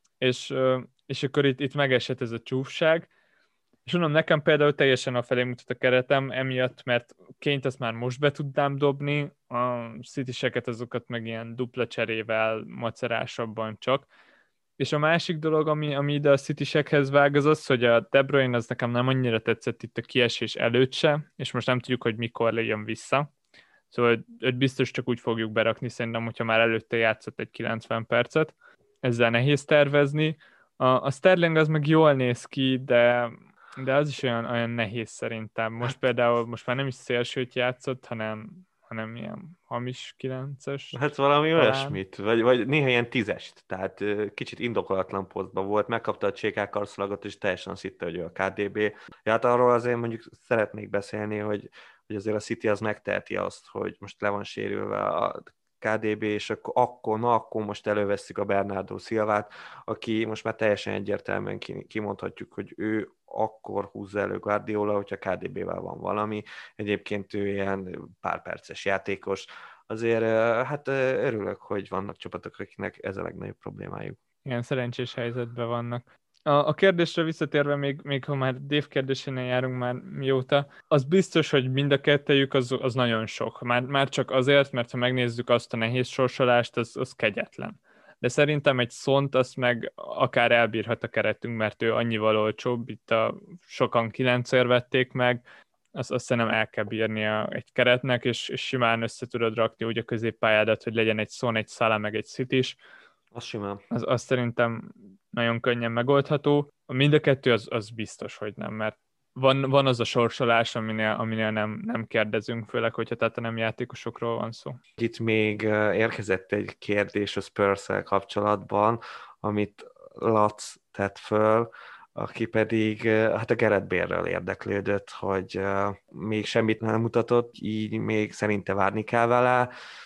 és akkor itt megesett ez a csúfság, és mondom, nekem például teljesen afelé mutat a keretem, emiatt, mert Kane-t azt már most be tudnám dobni, a City-seket azokat meg ilyen dupla cserével, macerásabban csak. És a másik dolog, ami ide a City-sekhez vág, az, hogy a De Bruyne az nekem nem annyira tetszett itt a kiesés előtt se, és most nem tudjuk, hogy mikor jön vissza. Szóval őt biztos csak úgy fogjuk berakni, szerintem, hogyha már előtte játszott egy 90 percet. Ezzel nehéz tervezni. A Sterling az meg jól néz ki, de az is olyan nehéz szerintem. Most például most már nem is szélsőt játszott, hanem ilyen hamis 9-es Hát valami talán. olyasmit, vagy néha ilyen tízest, tehát kicsit indokolatlan posztban volt, megkapta a CSKA karszalagot, és teljesen azt hitte, hogy ő a KDB. Ja, hát arról azért mondjuk szeretnék beszélni, hogy azért a City az megteheti azt, hogy most le van sérülve a KDB, és akkor most elővesszük a Bernardo Silvát, aki most már teljesen egyértelműen kimondhatjuk, hogy ő akkor húzza elő Guardiola, hogyha KDB-vel van valami. Egyébként ő ilyen pár perces játékos. Azért hát örülök, hogy vannak csapatok, akiknek ez a legnagyobb problémájuk. Igen, szerencsés helyzetben vannak. A kérdésre visszatérve, még ha már Dave kérdésénél járunk már mióta, az biztos, hogy mind a kettejük az nagyon sok. Már csak azért, mert ha megnézzük azt a nehéz sorsolást, az kegyetlen. De szerintem egy Szont azt meg akár elbírhat a keretünk, mert ő annyival olcsóbb, itt sokan 9-ért vették meg, azt szerintem el kell bírnia egy keretnek, és simán össze tudod rakni úgy a középpályádat, hogy legyen egy Son, egy Salah, meg egy City is. Az simán. Az szerintem nagyon könnyen megoldható. Mind a kettő az biztos, hogy nem, mert van az a sorsolás, aminél nem kérdezünk, főleg, hogyha tehát nem játékosokról van szó. Itt még érkezett egy kérdés a Spurs-szel kapcsolatban, amit Lac tett föl, aki pedig hát a Gareth Bale-ről érdeklődött, hogy még semmit nem mutatott, így még szerinte várni kell vele,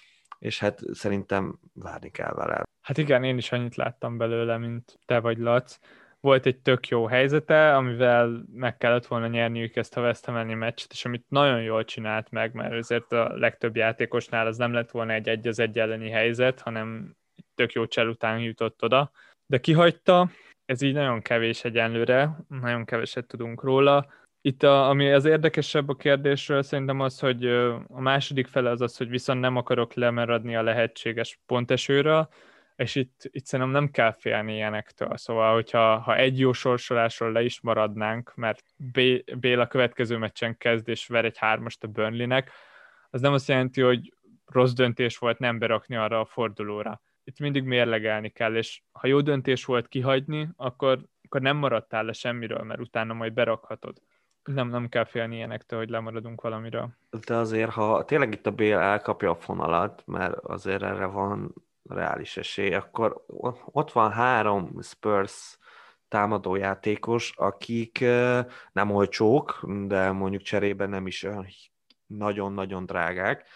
és hát szerintem várni kell vele. Hát igen, én is annyit láttam belőle, mint te vagy Lac. Volt egy tök jó helyzete, amivel meg kellett volna nyerniük ezt a West Ham elleni meccset, és amit nagyon jól csinált meg, mert azért a legtöbb játékosnál az nem lett volna egy az egy elleni helyzet, hanem tök jó csel után jutott oda. De kihagyta, ez így nagyon kevés egyenlőre, nagyon keveset tudunk róla. Itt ami az érdekesebb a kérdésről szerintem az, hogy a második fele az, hogy viszont nem akarok lemaradni a lehetséges pontesőről, és itt szerintem nem kell félni ilyenektől. Szóval, hogyha egy jó sorsolásról le is maradnánk, mert Béla következő meccsen kezd és ver egy 3-ast a Burnleynek, az nem azt jelenti, hogy rossz döntés volt nem berakni arra a fordulóra. Itt mindig mérlegelni kell, és ha jó döntés volt kihagyni, akkor nem maradtál le semmiről, mert utána majd berakhatod. Nem kell félni ilyenektől, hogy lemaradunk valamiről. De azért, ha tényleg itt a Bale elkapja a fonalat, mert azért erre van reális esély, akkor ott van 3 Spurs támadójátékos, akik nem olcsók, de mondjuk cserében nem is olyan nagyon-nagyon drágák,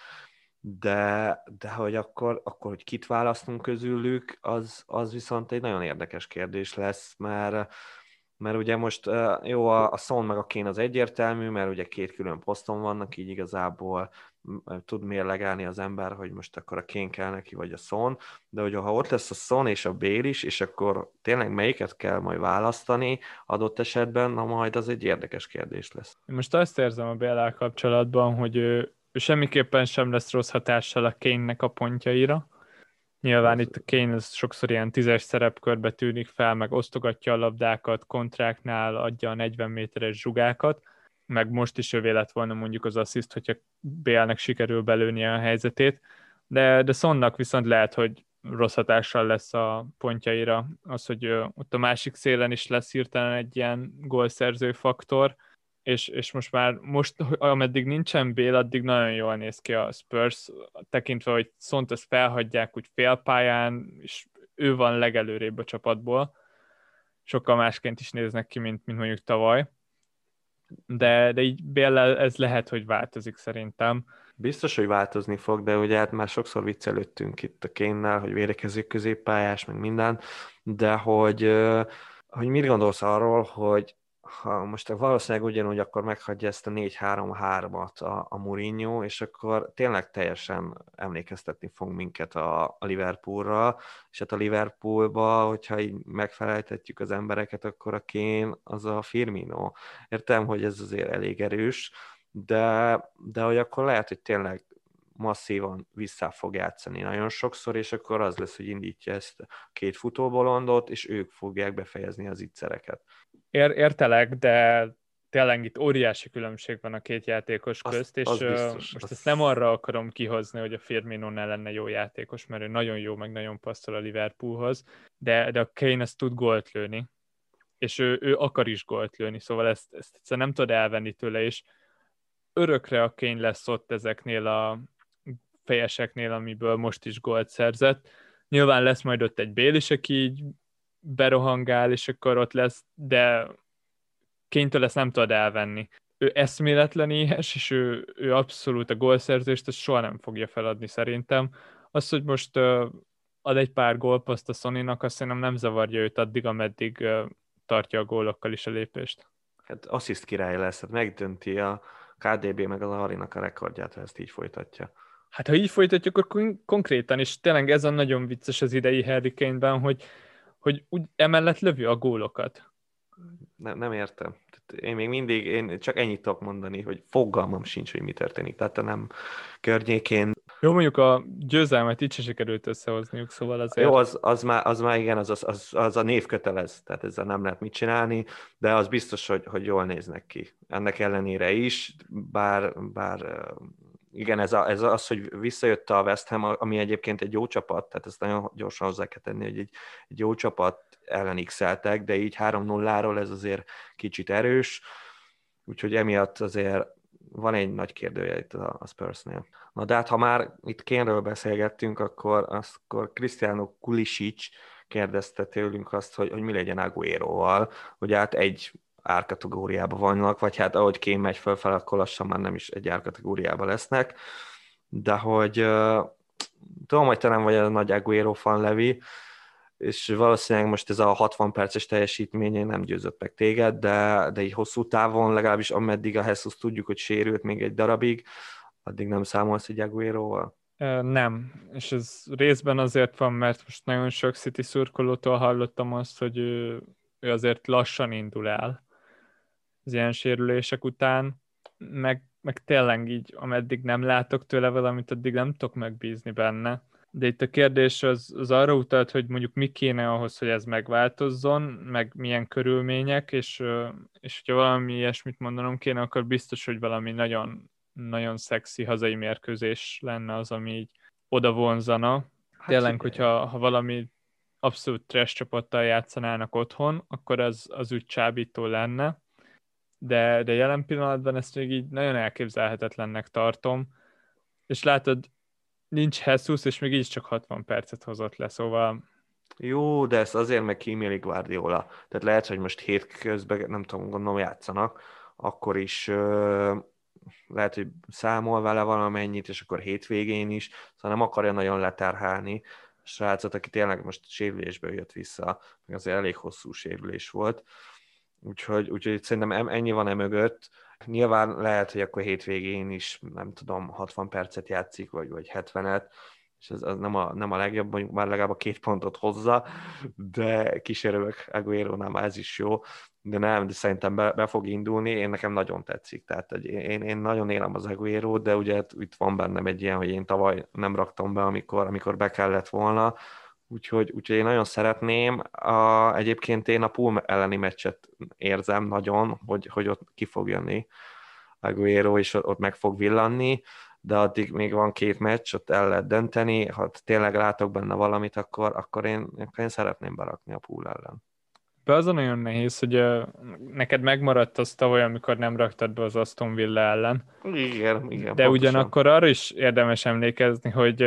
de hogy akkor, hogy kit választunk közülük, az viszont egy nagyon érdekes kérdés lesz, mert ugye most jó, a Son meg a Kane az egyértelmű, mert ugye 2 külön poszton vannak, így igazából tud mérlegelni az ember, hogy most akkor a Kane kell neki, vagy a Son, de hogy ha ott lesz a Son és a Bale is, és akkor tényleg melyiket kell majd választani adott esetben, na majd az egy érdekes kérdés lesz. Én most azt érzem a Bale-el kapcsolatban, hogy ő semmiképpen sem lesz rossz hatással a Kane-nek a pontjaira. Nyilván itt a Kane az sokszor ilyen 10-es szerepkörbe tűnik fel, meg osztogatja a labdákat, kontráknál adja a 40 méteres zsugákat, meg most is övé lett volna mondjuk az assziszt, hogyha Bale-nek sikerül belőnie a helyzetét, de Sonnak viszont lehet, hogy rossz hatással lesz a pontjaira az, hogy ott a másik szélen is lesz hirtelen egy ilyen gólszerző faktor, és most, ameddig nincsen Bale, addig nagyon jól néz ki a Spurs, tekintve, hogy Sont ezt felhagyják úgy félpályán, és ő van legelőrébb a csapatból. Sokkal másként is néznek ki, mint mondjuk tavaly. De így Bale-lel ez lehet, hogy változik szerintem. Biztos, hogy változni fog, de ugye hát már sokszor viccelődtünk itt a Kane-nel, hogy védekező középpályás, meg minden, de hogy mit gondolsz arról, hogy ha most valószínűleg ugyanúgy akkor meghagyja ezt a 4-3-3-at a Mourinho, és akkor tényleg teljesen emlékeztetni fog minket a Liverpoolra, és hát a Liverpoolba, hogyha így megfeleltetjük az embereket, akkor a Kane az a Firmino. Értem, hogy ez azért elég erős, de hogy akkor lehet, hogy tényleg masszívan vissza fog játszani nagyon sokszor, és akkor az lesz, hogy indítja ezt a 2 futóbolondot, és ők fogják befejezni az ittszereket. Értelek, de tényleg itt óriási különbség van a 2 játékos közt, és az biztos, most ezt nem arra akarom kihozni, hogy a Firmino ne lenne jó játékos, mert ő nagyon jó, meg nagyon passzol a Liverpoolhoz, de a Kane ezt tud gólt lőni, és ő akar is gólt lőni, szóval ezt egyszerűen nem tud elvenni tőle, és örökre a Kane lesz ott ezeknél a fejeseknél, amiből most is gólt szerzett. Nyilván lesz majd ott egy Bale is, aki így berohangál, és akkor ott lesz, de Kane-től ezt nem tudod elvenni. Ő eszméletlen éhes, és ő abszolút a gólszerzést ezt soha nem fogja feladni szerintem. Az, hogy most ad egy pár gólpaszt a Soninak, azt szerintem nem zavarja őt addig, ameddig tartja a gólokkal is a lépést. Hát assziszt király lesz, hát megdönti a KDB meg a Larinak a rekordját, ha ezt így folytatja. Hát ha így folytatjuk, akkor konkrétan, és tényleg ez a nagyon vicces az idei Harry Kane-ben, hogy úgy emellett lövi a gólokat. Nem értem. Én még mindig, én csak ennyit tudok mondani, hogy fogalmam sincs, hogy mi történik. Tehát nem környékén. Jó, mondjuk a győzelmet így se sikerült összehozniuk, szóval azért... Jó, az már igen, az a név kötelez, tehát ezzel nem lehet mit csinálni, de az biztos, hogy jól néznek ki. Ennek ellenére is, bár igen, ez az, hogy visszajött a West Ham, ami egyébként egy jó csapat, tehát ezt nagyon gyorsan hozzá kell tenni, hogy egy jó csapat ellen x-eltek, de így 3-0-ról ez azért kicsit erős, úgyhogy emiatt azért van egy nagy kérdője itt a Spursnél. Na de hát, ha már itt Kane-ről beszélgettünk, akkor Cristiano Pulisic kérdezte tőlünk azt, hogy mi legyen Agueroval, hogy hát egy árkategóriában vannak, vagy hát ahogy Kane megy fölfel, akkor lassan már nem is egy árkategóriában lesznek, de hogy tudom, hogy te nem vagy a nagy Aguero fan, Levi, és valószínűleg most ez a 60 perces teljesítménye nem győzött meg téged, de így hosszú távon, legalábbis ameddig a Jesus tudjuk, hogy sérült még egy darabig, addig nem számolsz egy Agueroval? Nem, és ez részben azért van, mert most nagyon sok City szurkolótól hallottam azt, hogy ő azért lassan indul el az ilyen sérülések után, meg tényleg így, ameddig nem látok tőle valamit, addig nem tudok megbízni benne. De itt a kérdés az arra utalt, hogy mondjuk mi kéne ahhoz, hogy ez megváltozzon, meg milyen körülmények, és hogyha valami ilyesmit mondanom kéne, akkor biztos, hogy valami nagyon, nagyon szexi hazai mérkőzés lenne az, ami így oda vonzana. Hát Tényleg, figyelj, hogyha valami abszolút trash csapattal játszanának otthon, akkor az úgy csábító lenne, de jelen pillanatban ezt még így nagyon elképzelhetetlennek tartom, és látod, nincs Jesus, és még így is csak 60 percet hozott le, szóval jó, de ezt azért meg kíméli Guardiola. Tehát lehet, hogy most hét közben, nem tudom, gondolom játszanak, akkor is lehet, hogy számol vele valamennyit, és akkor hétvégén is, szóval nem akarja nagyon leterhálni a srácot, aki tényleg most sérülésből jött vissza, meg azért elég hosszú sérülés volt. Úgyhogy szerintem ennyi van mögött. Nyilván lehet, hogy akkor hétvégén is, nem tudom, 60 percet játszik, vagy 70-et, és ez az nem a legjobb, mondjuk már legalább a 2 pontot hozza, de kísérők Aguero-nál már ez is jó, de nem, de szerintem be fog indulni, én nekem nagyon tetszik, tehát hogy én nagyon élem az Aguero-t, de ugye itt van bennem egy ilyen, hogy én tavaly nem raktam be, amikor be kellett volna, úgyhogy én nagyon szeretném. Egyébként én a Pool elleni meccset érzem nagyon, hogy ott ki fog jönni Aguero, és ott meg fog villanni, de addig még van 2 meccs, ott el lehet dönteni, ha tényleg látok benne valamit, akkor én szeretném berakni a Pool ellen. be az a nagyon nehéz, hogy neked megmaradt az tavaly, amikor nem raktad be az Aston Villa ellen, Igen, de pontosan. ugyanakkor arra is érdemes emlékezni, hogy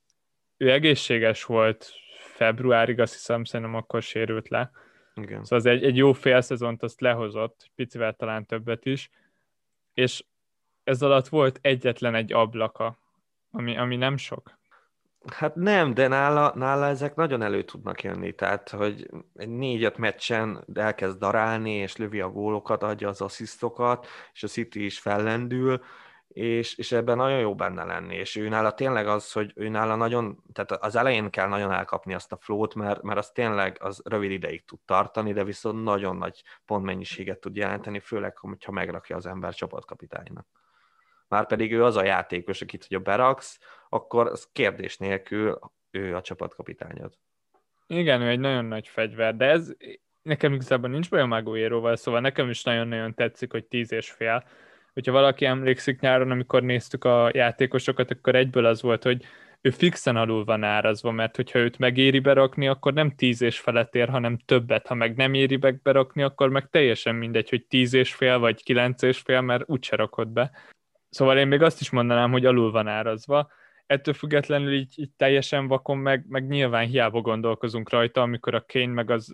ő egészséges volt februárig, azt hiszem, szerintem akkor sérült le. Igen. Szóval az egy jó fél szezont azt lehozott, picivel talán többet is, és ez alatt volt egyetlen egy ablaka, ami nem sok. Hát nem, de nála ezek nagyon elő tudnak jönni, tehát, hogy egy 4-5 meccsen elkezd darálni, és lövi a gólokat, adja az asszisztokat, és a City is fellendül, és ebben nagyon jó benne lenni, és ő nála tényleg az, hogy ő nála nagyon, tehát az elején kell nagyon elkapni azt a flót, mert az tényleg az rövid ideig tud tartani, de viszont nagyon nagy pontmennyiséget tud jelenteni, főleg, hogyha megrakja az ember csapatkapitánynak. Márpedig ő az a játékos, akit, hogyha beraksz, akkor az kérdés nélkül ő a csapatkapitányod. Igen, ő egy nagyon nagy fegyver, de ez nekem igazából nincs bajom Agueroval, szóval nekem is nagyon-nagyon tetszik, hogy 10,5. Hogyha valaki emlékszik nyáron, amikor néztük a játékosokat, akkor egyből az volt, hogy ő fixen alul van árazva, mert hogyha őt megéri berakni, akkor nem 10 és felett ér, hanem többet. Ha meg nem éri meg berakni, akkor meg teljesen mindegy, hogy 10,5 vagy 9,5, mert úgyse rakod be. Szóval én még azt is mondanám, hogy alul van árazva. Ettől függetlenül így teljesen vakon, meg nyilván hiába gondolkozunk rajta, amikor a Kane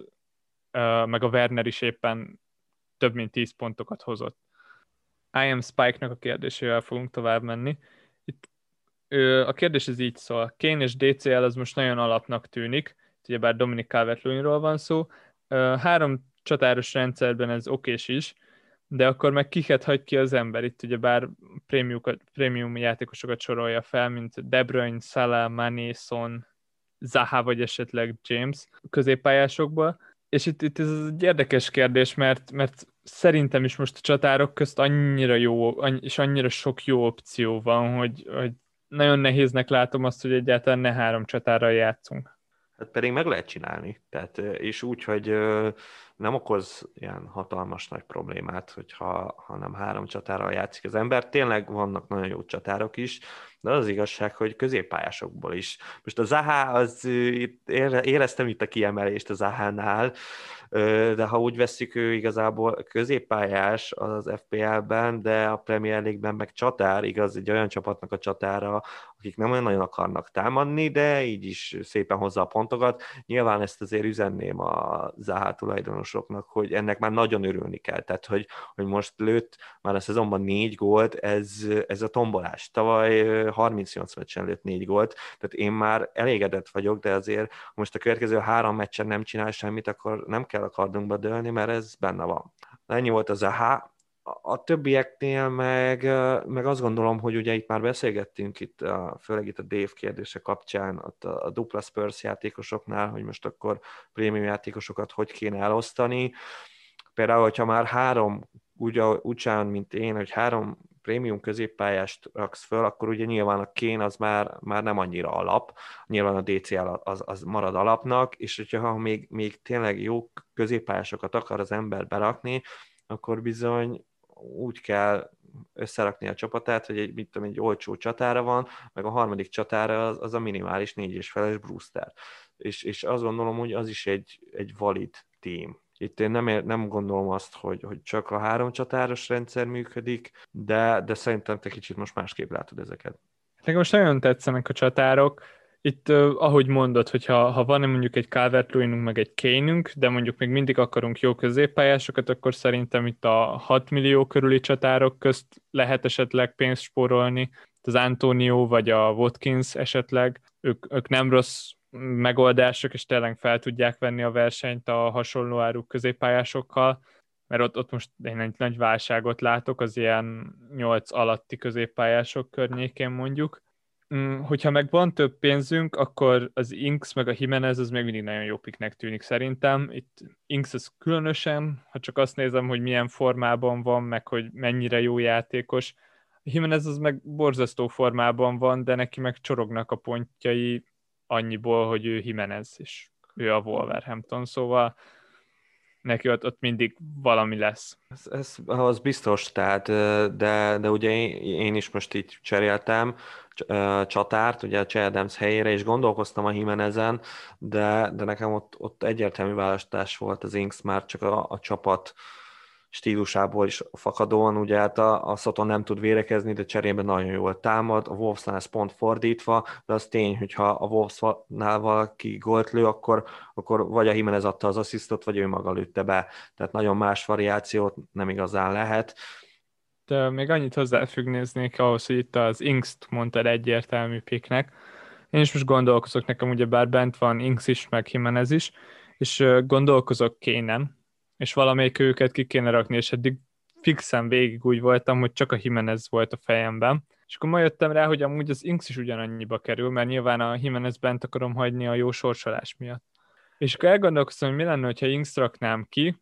meg a Werner is éppen több mint 10 pontokat hozott. I am Spike-nak a kérdésével fogunk tovább menni. Itt, a kérdés ez így szól. Kane és DCL az most nagyon alapnak tűnik, ugyebár Dominic Calvert-Lewinról van szó. 3 csatáros rendszerben ez okés is, de akkor meg kiket hagy ki az ember? Itt ugyebár prémium játékosokat sorolja fel, mint De Bruyne, Salah, Mané, Son, Zaha vagy esetleg James középpályásokból. És itt ez egy érdekes kérdés, mert szerintem is most a csatárok közt annyira jó, és annyira sok jó opció van, hogy nagyon nehéznek látom azt, hogy egyáltalán ne 3 csatárral játszunk. Hát pedig meg lehet csinálni. Tehát, és úgy, hogy nem okoz ilyen hatalmas nagy problémát, ha nem 3 csatárral játszik az ember. Tényleg vannak nagyon jó csatárok is, de az igazság, hogy középpályásokból is. Most a Zaha, éreztem itt a kiemelést a Zahánál, de ha úgy vesszük, ő igazából középpályás az FPL-ben, de a Premier League-ben meg csatár, igaz, egy olyan csapatnak a csatára, akik nem olyan nagyon akarnak támadni, de így is szépen hozza a pontokat. Nyilván ezt azért üzenném a Zaha tulajdonosoknak, hogy ennek már nagyon örülni kell. Tehát, hogy most lőtt már a szezonban 4 gólt, ez a tombolás. Tavaly 38 meccsen lőtt 4 gólt, tehát én már elégedett vagyok, de azért most a következő 3 meccsen nem csinál semmit, akkor nem kell a kardunkba dőlni, mert ez benne van. Ennyi volt az a többieknél meg azt gondolom, hogy ugye itt már beszélgettünk, főleg itt a Dave kérdése kapcsán, a dupla Spurs játékosoknál, hogy most akkor prémium játékosokat hogy kéne elosztani. Például, hogyha már 3, úgy csinálod, mint én, hogy 3 prémium középpályást raksz föl, akkor ugye nyilván a Kane az már nem annyira alap, nyilván a DCL az marad alapnak, és hogyha még tényleg jó középpályásokat akar az ember berakni, akkor bizony úgy kell összerakni a csapatát, hogy egy olcsó csatára van, meg a harmadik csatára az a minimális 4,5-es Brewster. És azt gondolom, hogy az is egy valid team. Itt én nem gondolom azt, hogy csak a 3 csatáros rendszer működik, de szerintem te kicsit most másképp látod ezeket. Nekem most nagyon tetszenek a csatárok. Itt, ahogy mondod, hogy ha van mondjuk egy Calvert-Lewinünk, meg egy Kane-ünk, de mondjuk még mindig akarunk jó középpályásokat, akkor szerintem itt a 6 millió körüli csatárok közt lehet esetleg pénzt spórolni. Az Antonio vagy a Watkins esetleg, ők nem rossz megoldások, és tényleg fel tudják venni a versenyt a hasonló áru középpályásokkal, mert ott most én egy nagy válságot látok az ilyen 8 alatti középpályások környékén mondjuk. Hogyha meg van több pénzünk, akkor az Inks meg a Jimenez az még mindig nagyon jó piknek tűnik szerintem. Itt Inks az különösen, ha csak azt nézem, hogy milyen formában van, meg hogy mennyire jó játékos. A Jimenez az meg borzasztó formában van, de neki meg csorognak a pontjai annyiból, hogy ő Jimenez, és ő a Wolverhampton, szóval neki ott mindig valami lesz. Az biztos, tehát, de ugye én is most így cseréltem csatárt, ugye a Che Adams helyére, és gondolkoztam a Jimenezen, de nekem ott egyértelmű választás volt az Inks már csak a csapat stílusából is fakadóan, ugye hát a Soton nem tud vérekezni, de cserében nagyon jól támad, a Wolvesnál ez pont fordítva, de az tény, hogyha a Wolvesnál valaki gólt lő, akkor vagy a Jimenez adta az asszisztot, vagy ő maga lőtte be, tehát nagyon más variációt nem igazán lehet. De még annyit hozzáfüggnéznék ahhoz, hogy itt az Inks-t mondtad egyértelmű piknek. Én is most gondolkozok, nekem ugye bár bent van Inks is, meg Jimenez is, és gondolkozok Kane-en, és valamelyik őket ki kéne rakni, és eddig fixen végig úgy voltam, hogy csak a Jimenez volt a fejemben. És akkor ma jöttem rá, hogy amúgy az Inks is ugyanannyiba kerül, mert nyilván a Jimenez bent akarom hagyni a jó sorsolás miatt. És akkor elgondolkoztam, hogy mi lenne, ha Inks raknám ki,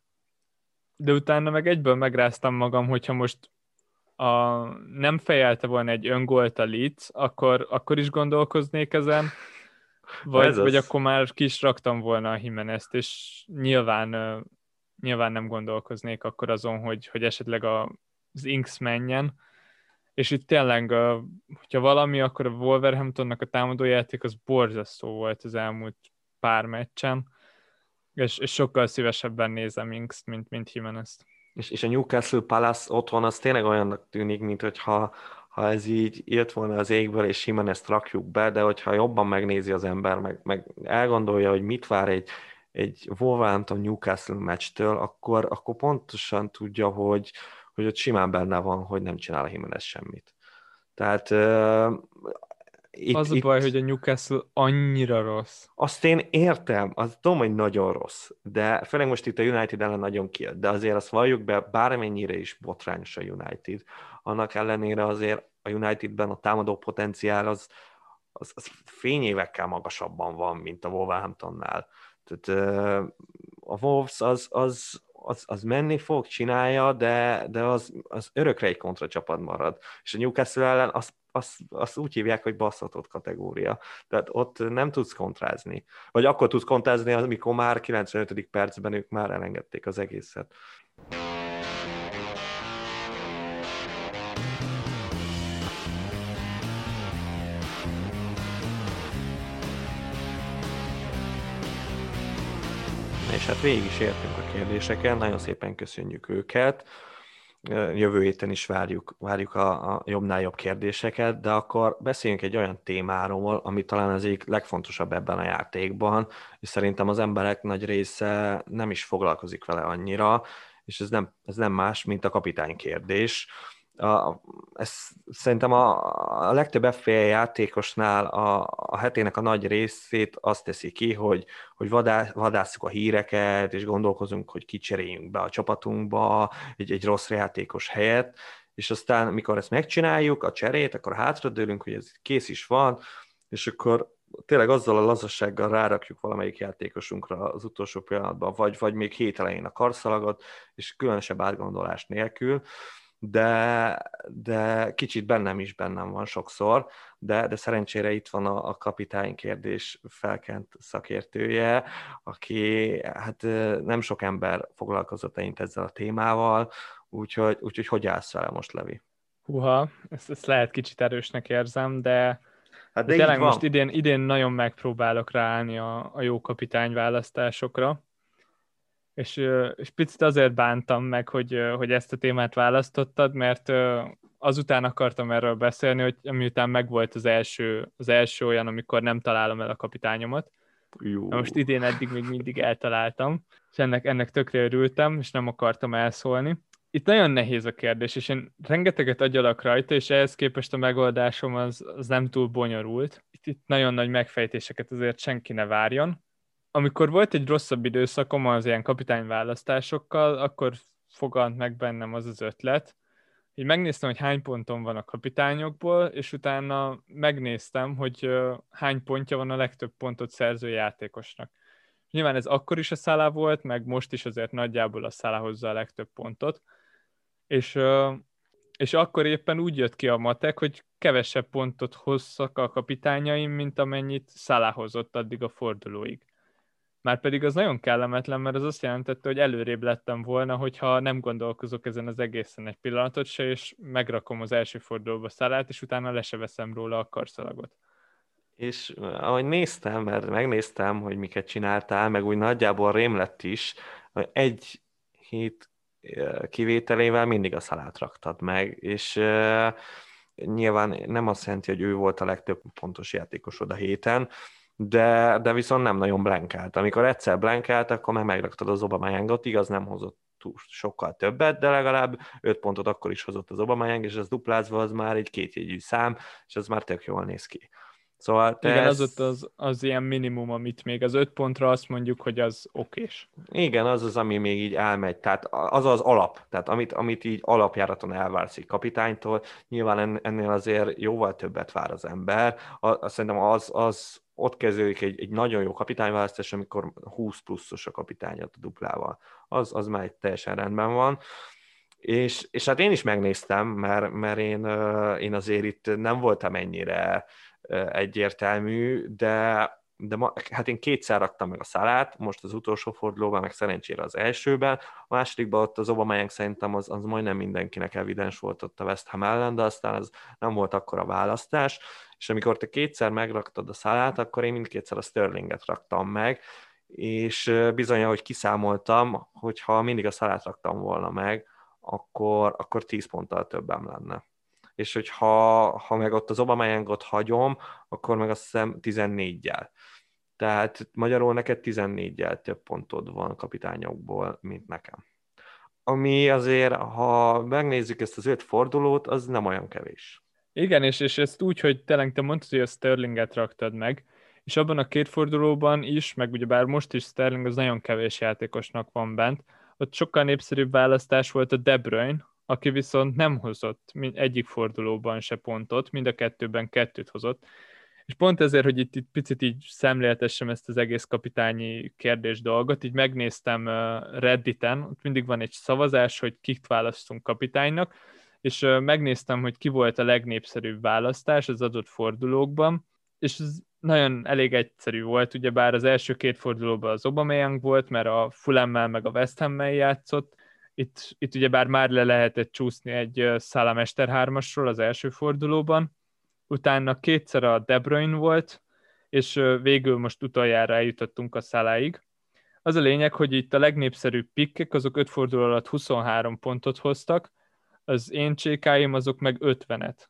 de utána meg egyből megráztam magam, hogyha most nem fejelte volna egy öngolt a Leeds, akkor is gondolkoznék ezen, vagy akkor már ki is raktam volna a Jimenezt, és nyilván nem gondolkoznék akkor azon, hogy esetleg az Inks menjen, és itt tényleg, hogyha valami, akkor a Wolverhamptonnak a támadójáték az borzasztó volt az elmúlt pár meccsen, és sokkal szívesebben nézem Inks-t, mint Jimenezt. És a Newcastle Palace otthon az tényleg olyannak tűnik, mint hogyha ez így jött volna az égből, és Jimenez-t rakjuk be, de hogyha jobban megnézi az ember, meg elgondolja, hogy mit vár egy Wolverhampton Newcastle meccstől, akkor pontosan tudja, hogy ott simán benne van, hogy nem csinál a Jimenez semmit. Tehát az a baj, hogy a Newcastle annyira rossz. Azt én értem, azt tudom, hogy nagyon rossz, de főleg most itt a United ellen nagyon kijött, de azért azt valljuk be, bármennyire is botrányos a United, annak ellenére azért a Unitedben a támadó potenciál az fényévekkel magasabban van, mint a Wolverhamptonnál. Tehát a Wolves az menni fog, csinálja, de az örökre egy kontracsapat marad. És a Newcastle ellen azt úgy hívják, hogy basszatott kategória. Tehát ott nem tudsz kontrázni. Vagy akkor tudsz kontrázni, amikor már 95. percben ők már elengedték az egészet. És hát végig is értünk a kérdéseken, nagyon szépen köszönjük őket. Jövő héten is várjuk a jobbnál jobb kérdéseket, de akkor beszéljünk egy olyan témáról, ami talán az egyik legfontosabb ebben a játékban, és szerintem az emberek nagy része nem is foglalkozik vele annyira, és ez nem más, mint a kapitány kérdés. Szerintem a legtöbb FPL játékosnál a hetének a nagy részét azt teszi ki, hogy vadásszuk a híreket, és gondolkozunk, hogy kicseréljünk be a csapatunkba egy rossz játékos helyett, és aztán, mikor ezt megcsináljuk, a cserét, akkor hátradőlünk, hogy ez kész is van, és akkor tényleg azzal a lazassággal rárakjuk valamelyik játékosunkra az utolsó pillanatban, vagy még hét elején a karszalagot, és különösebb átgondolás nélkül. de kicsit bennem van sokszor, de szerencsére itt van a kapitány kérdés felkent szakértője, aki hát nem sok ember foglalkozott ezzel a témával, úgyhogy hogy állsz vele most, Levi? Húha, ezt lehet kicsit erősnek érzem, Hát de de így tényleg most van. idén nagyon megpróbálok ráállni a jó kapitány választásokra, és picit azért bántam meg, hogy ezt a témát választottad, mert azután akartam erről beszélni, hogy miután megvolt az első olyan, amikor nem találom el a kapitányomat. Na Jó. most idén eddig még mindig eltaláltam, és ennek tökre örültem, és nem akartam elszólni. Itt nagyon nehéz a kérdés, és én rengeteget agyalak rajta, és ehhez képest a megoldásom az nem túl bonyolult. Itt nagyon nagy megfejtéseket azért senki ne várjon. Amikor volt egy rosszabb időszakom az ilyen kapitányválasztásokkal, akkor fogant meg bennem az az ötlet, így megnéztem, hogy hány ponton van a kapitányokból, és utána megnéztem, hogy hány pontja van a legtöbb pontot szerző játékosnak. Nyilván ez akkor is a Salah volt, meg most is azért nagyjából a Salah hozza a legtöbb pontot, és, és akkor éppen úgy jött ki a matek, hogy kevesebb pontot hozzak a kapitányaim, mint amennyit Salah hozott addig a fordulóig. Márpedig az nagyon kellemetlen, mert az azt jelentette, hogy előrébb lettem volna, hogyha nem gondolkozok ezen az egészen egy pillanatot se, és megrakom az első fordulóba Salát, és utána le se veszem róla a karszalagot. És ahogy néztem, mert megnéztem, hogy miket csináltál, meg úgy nagyjából rém lett is, egy hét kivételével mindig a Szalát raktad meg, és nyilván nem azt jelenti, hogy ő volt a legtöbb pontos játékosod a héten, de viszont nem nagyon blankált. Amikor egyszer blankált, akkor már megraktad az Aubameyangot, igaz, nem hozott sokkal többet, de legalább 5 pontot akkor is hozott az Aubameyang, és az duplázva az már egy kétjegyű szám, és az már tök jól néz ki. Szóval te Igen, az ezt... ott az ilyen minimum, amit még az 5 pontra azt mondjuk, hogy az okés. Igen, az az, ami még így elmegy, tehát az az alap, tehát amit így alapjáraton elvársz egy kapitánytól, nyilván ennél azért jóval többet vár az ember, szerintem az ott kezdődik egy nagyon jó kapitányválasztás, amikor 20 pluszos a kapitányod a duplával. Az már egy teljesen rendben van. És hát én is megnéztem, mert én azért itt nem voltam ennyire egyértelmű, hát én kétszer raktam meg a Szalát, most az utolsó fordulóban, meg szerencsére az elsőben, a másodikban ott az Aubameyang szerintem az majdnem mindenkinek evidens volt ott a West Ham ellen, de aztán az nem volt akkora választás, és amikor te kétszer megraktad a Szalát, akkor én mindkétszer a Sterlinget raktam meg, és bizony, ahogy kiszámoltam, hogyha mindig a Szalát raktam volna meg, akkor 10 ponttal többem lenne. És hogyha meg ott az Aubameyangot hagyom, akkor meg azt hiszem 14-jel. Tehát magyarul neked 14-jel több pontod van kapitányokból, mint nekem. Ami azért, ha megnézzük ezt az 5 fordulót, az nem olyan kevés. Igen, és ezt úgy, hogy te mondtad, hogy a Sterlinget raktad meg, és abban a két fordulóban is, meg ugyebár most is Sterling az nagyon kevés játékosnak van bent, ott sokkal népszerűbb választás volt a De Bruyne, aki viszont nem hozott egyik fordulóban se pontot, mind a kettőben kettőt hozott. És pont ezért, hogy itt picit így szemléltessem ezt az egész kapitányi kérdés dolgot, így megnéztem Redditen, ott mindig van egy szavazás, hogy kit választunk kapitánynak, és megnéztem, hogy ki volt a legnépszerűbb választás az adott fordulókban, és ez nagyon elég egyszerű volt, ugyebár az első két fordulóban az Aubameyang volt, mert a Fulhammel meg a West Hammel játszott, itt ugyebár már le lehetett csúszni egy Salah Mester 3-asról az első fordulóban, utána kétszer a De Bruyne volt, és végül most utoljára eljutottunk a Salahig. Az a lényeg, hogy itt a legnépszerűbb pikkek, azok 5 forduló alatt 23 pontot hoztak, az én csékáim azok meg 50-et.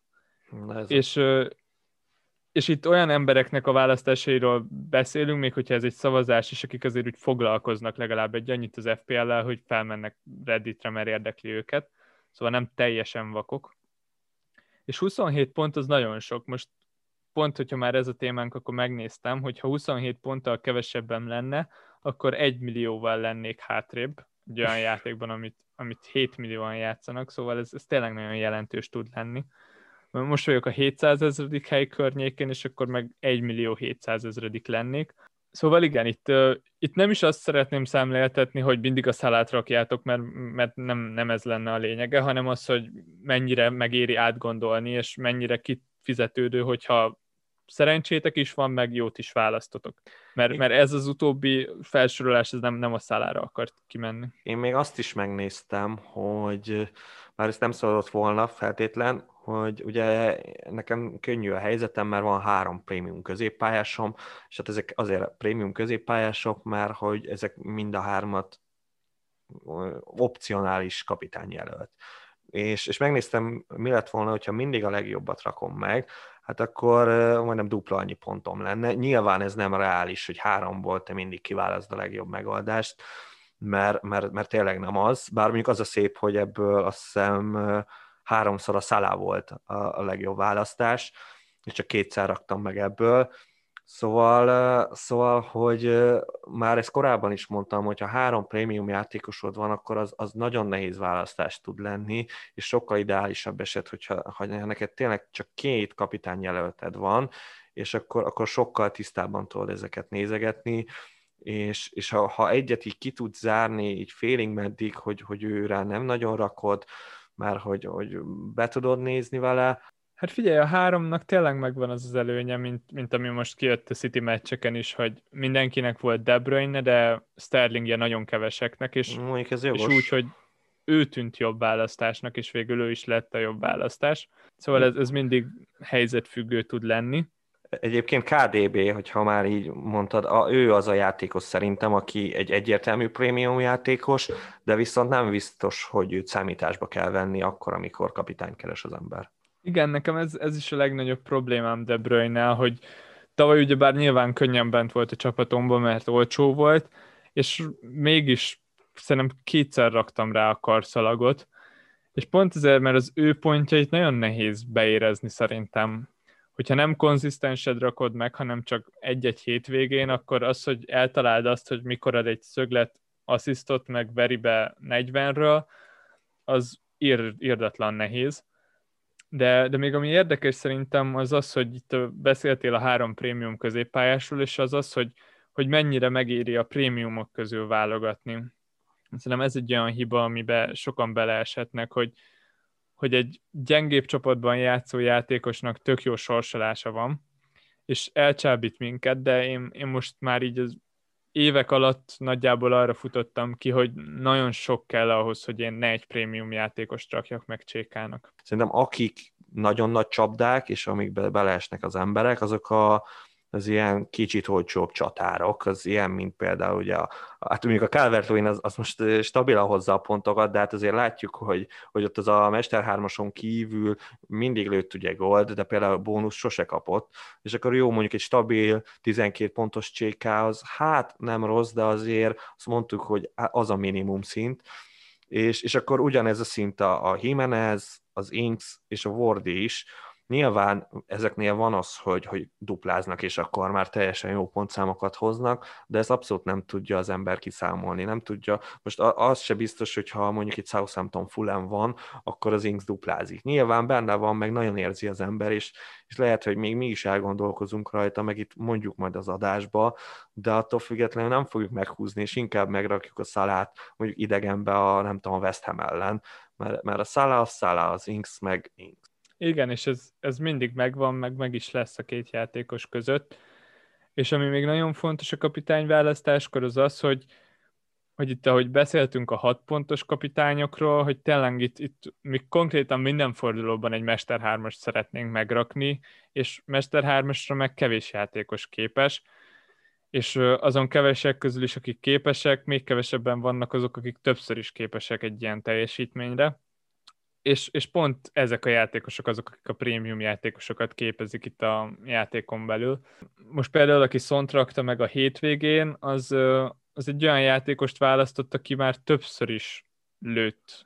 És itt olyan embereknek a választásairól beszélünk, még hogyha ez egy szavazás is, akik azért úgy foglalkoznak legalább egy annyit az FPL-lel, hogy felmennek Redditre, mert érdekli őket. Szóval nem teljesen vakok. És 27 pont az nagyon sok. Most pont, hogyha már ez a témánk, akkor megnéztem, hogy ha 27 ponttal kevesebben lenne, akkor 1 millióval lennék hátrébb egy olyan játékban, amit 7 millióan játszanak, szóval ez tényleg nagyon jelentős tud lenni. Most vagyok a 700 000. Hely környékén, és akkor meg 1 millió 700 000. lennék. Szóval igen, itt nem is azt szeretném szemléltetni, hogy mindig a Salát rakjátok, mert nem ez lenne a lényege, hanem az, hogy mennyire megéri átgondolni, és mennyire kifizetődő, hogyha szerencsétek is van, meg jót is választotok. Mert ez az utóbbi felsorolás, ez nem a Salára akart kimenni. Én még azt is megnéztem, hogy már ezt nem szólt volna feltétlen, hogy ugye nekem könnyű a helyzetem, mert van 3 prémium középpályásom, és hát ezek azért prémium középpályások, mert hogy ezek mind a 3-at opcionális kapitányjelölt. És megnéztem, mi lett volna, hogyha mindig a legjobbat rakom meg, hát akkor majdnem dupla annyi pontom lenne. Nyilván ez nem reális, hogy 3-ból te mindig kiválaszd a legjobb megoldást, mert tényleg nem az. Bár mondjuk az a szép, hogy ebből azt hiszem 3-szor a Salah volt a legjobb választás, és csak 2-szer raktam meg ebből. Szóval, hogy már ezt korábban is mondtam, hogy ha 3 prémium játékosod van, akkor az nagyon nehéz választás tud lenni, és sokkal ideálisabb eset, hogyha neked tényleg csak 2 kapitányjelölted van, és akkor sokkal tisztábban tudod ezeket nézegetni, és ha egyet így ki tudsz zárni, így félig meddig, hogy őre nem nagyon rakod, már hogy be tudod nézni vele. Hát figyelj, a 3-nak tényleg megvan az előnye, mint ami most kijött a City meccseken is, hogy mindenkinek volt De Bruyne, de Sterlingje nagyon keveseknek, és Mondjuk ez jogos. úgy, hogy ő tűnt jobb választásnak, és végül ő is lett a jobb választás. Szóval ez mindig helyzetfüggő tud lenni. Egyébként KDB, hogyha már így mondtad, ő az a játékos szerintem, aki egy egyértelmű prémium játékos, de viszont nem biztos, hogy őt számításba kell venni akkor, amikor kapitányt keres az ember. Igen, nekem ez is a legnagyobb problémám De Bruyne-nál, hogy tavaly ugyebár nyilván könnyen bent volt a csapatomban, mert olcsó volt, és mégis szerintem 2-szer raktam rá a karszalagot, és pont ezért, mert az ő pontjait nagyon nehéz beérezni szerintem. Hogyha nem konzisztensed rakod meg, hanem csak egy-egy hétvégén, akkor az, hogy eltaláld azt, hogy mikor ad egy szöglet asszisztot, meg veri be 40-ről, az irdatlan nehéz. De még ami érdekes szerintem az az, hogy itt beszéltél a 3 prémium középpályásról, és az, hogy mennyire megéri a prémiumok közül válogatni. Szerintem ez egy olyan hiba, amiben sokan beleeshetnek, hogy egy gyengébb csapatban játszó játékosnak tök jó sorsolása van, és elcsábít minket, de én most már így az évek alatt nagyjából arra futottam ki, hogy nagyon sok kell ahhoz, hogy én ne egy prémium játékost rakjak meg Csékának. Szerintem akik nagyon nagy csapdák, és amikbe beleesnek az emberek, azok az ilyen kicsit olcsóbb csatárok, az ilyen, mint például ugye, hát mondjuk a Calvert-Lewin az most stabilan hozza a pontokat, de hát azért látjuk, hogy ott az a Mester 3-ason kívül mindig lőtt ugye gólt, de például bónusz sose kapott, és akkor jó, mondjuk egy stabil 12 pontos csékához, hát nem rossz, de azért azt mondtuk, hogy az a minimum szint, és akkor ugyanez a szint a Jimenez, az Inks és a Wardy is. Nyilván ezeknél van az, hogy dupláznak, és akkor már teljesen jó pontszámokat hoznak, de ezt abszolút nem tudja az ember kiszámolni, nem tudja. Most az se biztos, hogy ha mondjuk itt Southampton Fulham van, akkor az Inks duplázik. Nyilván benne van, meg nagyon érzi az ember, és lehet, hogy még mi is elgondolkozunk rajta, meg itt mondjuk majd az adásba, de attól függetlenül nem fogjuk meghúzni, és inkább megrakjuk a Salát mondjuk idegenbe nem tudom, a West Ham ellen, mert a Salah, az Inks meg Inks. Igen, és ez mindig megvan, meg is lesz a 2 játékos között. És ami még nagyon fontos a kapitányválasztáskor az az, hogy itt, ahogy beszéltünk a 6 pontos kapitányokról, hogy tényleg itt mi konkrétan minden fordulóban egy Mester 3-ast szeretnénk megrakni, és Mester 3-asra meg kevés játékos képes, és azon kevesek közül is, akik képesek, még kevesebben vannak azok, akik többször is képesek egy ilyen teljesítményre. És pont ezek a játékosok azok, akik a prémium játékosokat képezik itt a játékon belül. Most például, aki Sont rakta meg a hétvégén, az egy olyan játékost választott, aki már többször is lőtt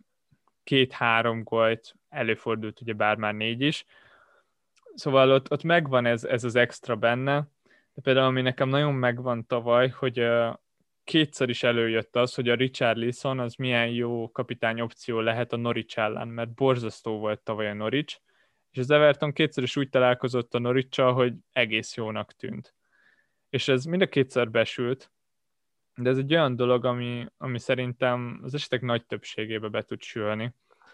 2-3 gólt, előfordult ugye bár már 4 is. Szóval ott megvan ez az extra benne, de például ami nekem nagyon megvan tavaly, hogy kétszer is előjött az, hogy a Richarlison az milyen jó kapitány opció lehet a Norwich ellen, mert borzasztó volt tavaly a Norwich, és az Everton kétszer is úgy találkozott a Norwich-sal, hogy egész jónak tűnt. és ez mind a kétszer besült, de ez egy olyan dolog, ami szerintem az esetek nagy többségébe be tud sülni.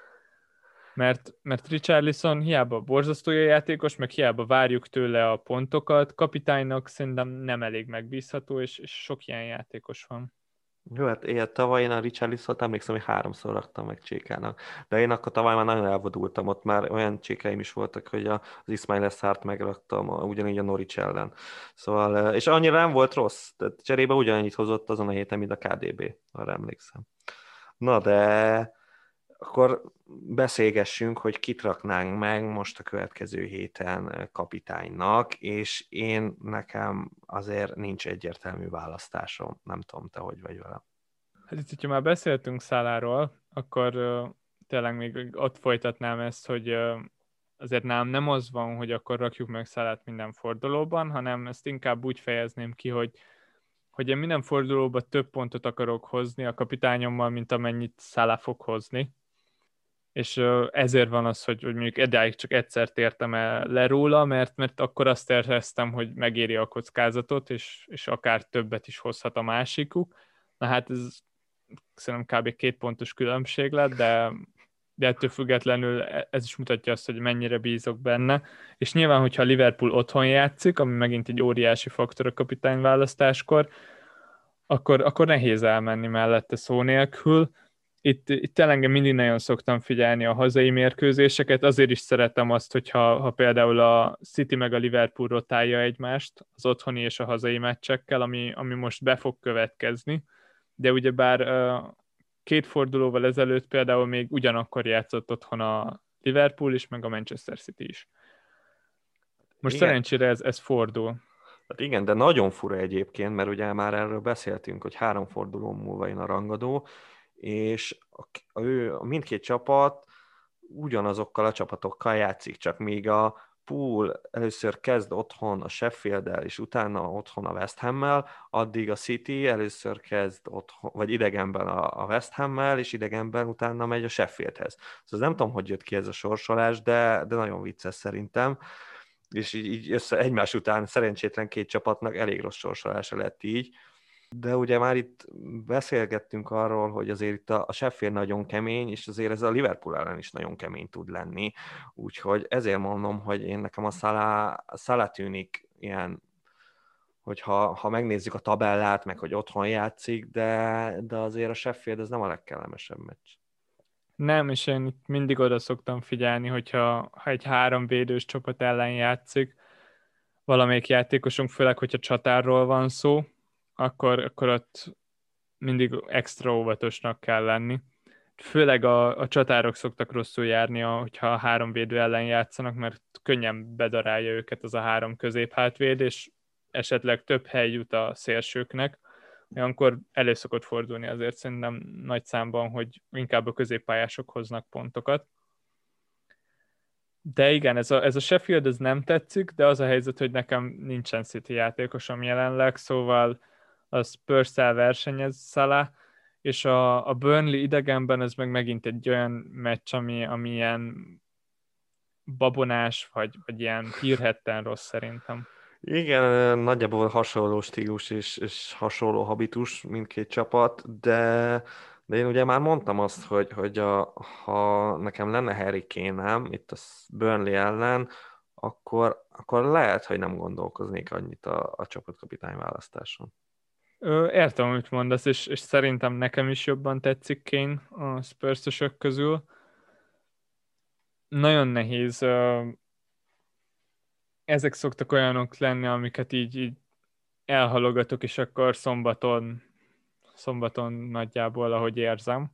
Mert Richarlison hiába borzasztó jó játékos, meg hiába várjuk tőle a pontokat, kapitánynak szerintem nem elég megbízható, és sok ilyen játékos van. Jó, hát ilyet tavaly én a Richarlisont emlékszem, hogy 3-szor raktam meg Csékának. De én akkor tavaly már nagyon elvadultam, ott már olyan csékeim is voltak, hogy az Ismail Sarrt megraktam, ugyanígy a Norwich ellen. Szóval, és annyira nem volt rossz, tehát cserébe ugyanannyit hozott azon a héten, mint a KDB, arra emlékszem. Na de akkor beszélgessünk, hogy kit raknánk meg most a következő héten kapitánynak, és nekem azért nincs egyértelmű választásom. Nem tudom, te hogy vagy vele. Hát itt, hogyha már beszéltünk Saláról, akkor tényleg még ott folytatnám ezt, hogy azért nem az van, hogy akkor rakjuk meg Salát minden fordulóban, hanem ezt inkább úgy fejezném ki, hogy én minden fordulóban több pontot akarok hozni a kapitányommal, mint amennyit Salah fog hozni. És ezért van az, hogy mondjuk edáig csak egyszer tértem el le róla, mert akkor azt éreztem, hogy megéri a kockázatot, és akár többet is hozhat a másikuk. Na hát ez szerintem kb. 2 pontos különbség lett, de ettől függetlenül ez is mutatja azt, hogy mennyire bízok benne. És nyilván, hogyha Liverpool otthon játszik, ami megint egy óriási faktor a kapitányválasztáskor, akkor nehéz elmenni mellette szó nélkül. Itt engem mindig nagyon szoktam figyelni a hazai mérkőzéseket, azért is szeretem azt, hogyha például a City meg a Liverpool rotálja egymást az otthoni és a hazai meccsekkel, ami most be fog következni, de ugyebár 2 fordulóval ezelőtt például még ugyanakkor játszott otthon a Liverpool is, meg a Manchester City is. Most Igen. szerencsére ez fordul. Hát igen, de nagyon fura egyébként, mert ugye már erről beszéltünk, hogy 3 forduló múlva jön a rangadó, és mindkét csapat ugyanazokkal a csapatokkal játszik, csak míg a Pool először kezd otthon a Sheffield-el, és utána otthon a West Hammel, addig a City először kezd otthon, vagy idegenben a West Hammel, és idegenben utána megy a Sheffieldhez. Szóval nem tudom, hogy jött ki ez a sorsolás, de nagyon vicces szerintem, és így össze egymás után szerencsétlen 2 csapatnak elég rossz sorsolása lett így. De ugye már itt beszélgettünk arról, hogy azért itt a Sheffield nagyon kemény, és azért ez a Liverpool ellen is nagyon kemény tud lenni. Úgyhogy ezért mondom, hogy nekem a Salah tűnik ilyen, hogyha megnézzük a tabellát, meg hogy otthon játszik, de azért a Sheffield ez nem a legkellemesebb meccs. Nem, és én itt mindig oda szoktam figyelni, hogyha egy 3 védős csapat ellen játszik, valamelyik játékosunk, főleg, hogyha csatárról van szó, akkor ott mindig extra óvatosnak kell lenni. Főleg a csatárok szoktak rosszul járni, hogyha a 3 védő ellen játszanak, mert könnyen bedarálja őket az a 3 középhátvéd, és esetleg több hely jut a szélsőknek. Olyankor elő szokott fordulni azért szerintem nagy számban, hogy inkább a középpályások hoznak pontokat. De igen, ez a Sheffield ez nem tetszik, de az a helyzet, hogy nekem nincsen City játékosom jelenleg, szóval a Spurs-szel versenyez Salah, és a Burnley idegenben ez meg megint egy olyan meccs, ami ilyen babonás, vagy ilyen hírhetten rossz szerintem. Igen, nagyjából hasonló stílus és hasonló habitus mindkét csapat, de én ugye már mondtam azt, hogy ha nekem lenne Harry Kane-em itt a Burnley ellen, akkor lehet, hogy nem gondolkoznék annyit a csapatkapitány választáson. Értem, amit mondasz, és szerintem nekem is jobban tetszik Kane a Spurs-ösök közül. Nagyon nehéz. Ezek szoktak olyanok lenni, amiket így elhalogatok, és akkor szombaton nagyjából, ahogy érzem.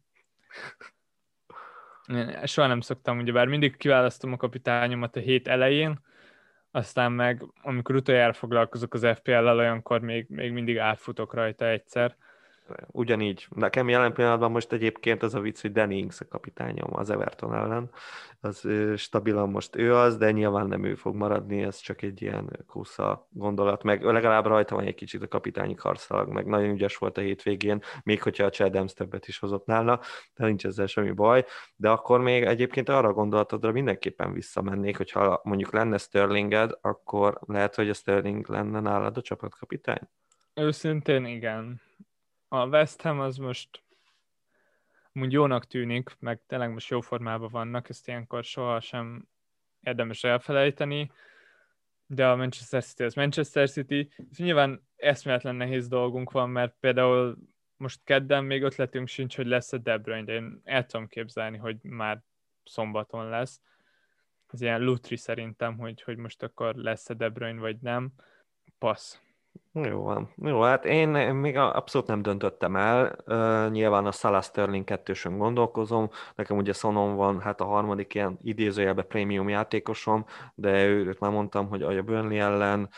Én soha nem szoktam, ugyebár mindig kiválasztom a kapitányomat a hét elején, aztán meg, amikor utoljára foglalkozok az FPL-lel, olyankor még mindig átfutok rajta egyszer. Ugyanígy. Nekem jelen pillanatban most egyébként az a vicc, hogy Danny Ings a kapitányom az Everton ellen. Az stabilan most ő az, de nyilván nem ő fog maradni, ez csak egy ilyen kusza gondolat, meg legalább rajta van egy kicsit a kapitányi karszalag, meg nagyon ügyes volt a hétvégén, még hogyha a Chad Adams többet is hozott nála, de nincs ezzel semmi baj. De akkor még egyébként arra a gondolatodra mindenképpen visszamennék, hogyha mondjuk lenne Sterlinged, akkor lehet, hogy a Sterling lenne nálad a csapatkapitány? Őszintén igen. A West Ham az most úgy jónak tűnik, meg tényleg most jó formában vannak, ezt ilyenkor sohasem érdemes elfelejteni, de a Manchester City az Manchester City, és nyilván eszméletlen nehéz dolgunk van, mert például most kedden még ötletünk sincs, hogy lesz a De Bruyne, de én el tudom képzelni, hogy már szombaton lesz. Ez ilyen lutri szerintem, hogy most akkor lesz a De Bruyne, vagy nem. Passz. Jó van. Jó, hát én még abszolút nem döntöttem el. Nyilván a Salah Sterling kettősön gondolkozom. Nekem ugye Sonom van, hát a harmadik ilyen idézőjelben prémium játékosom, de őt már mondtam, hogy a Burnley ellen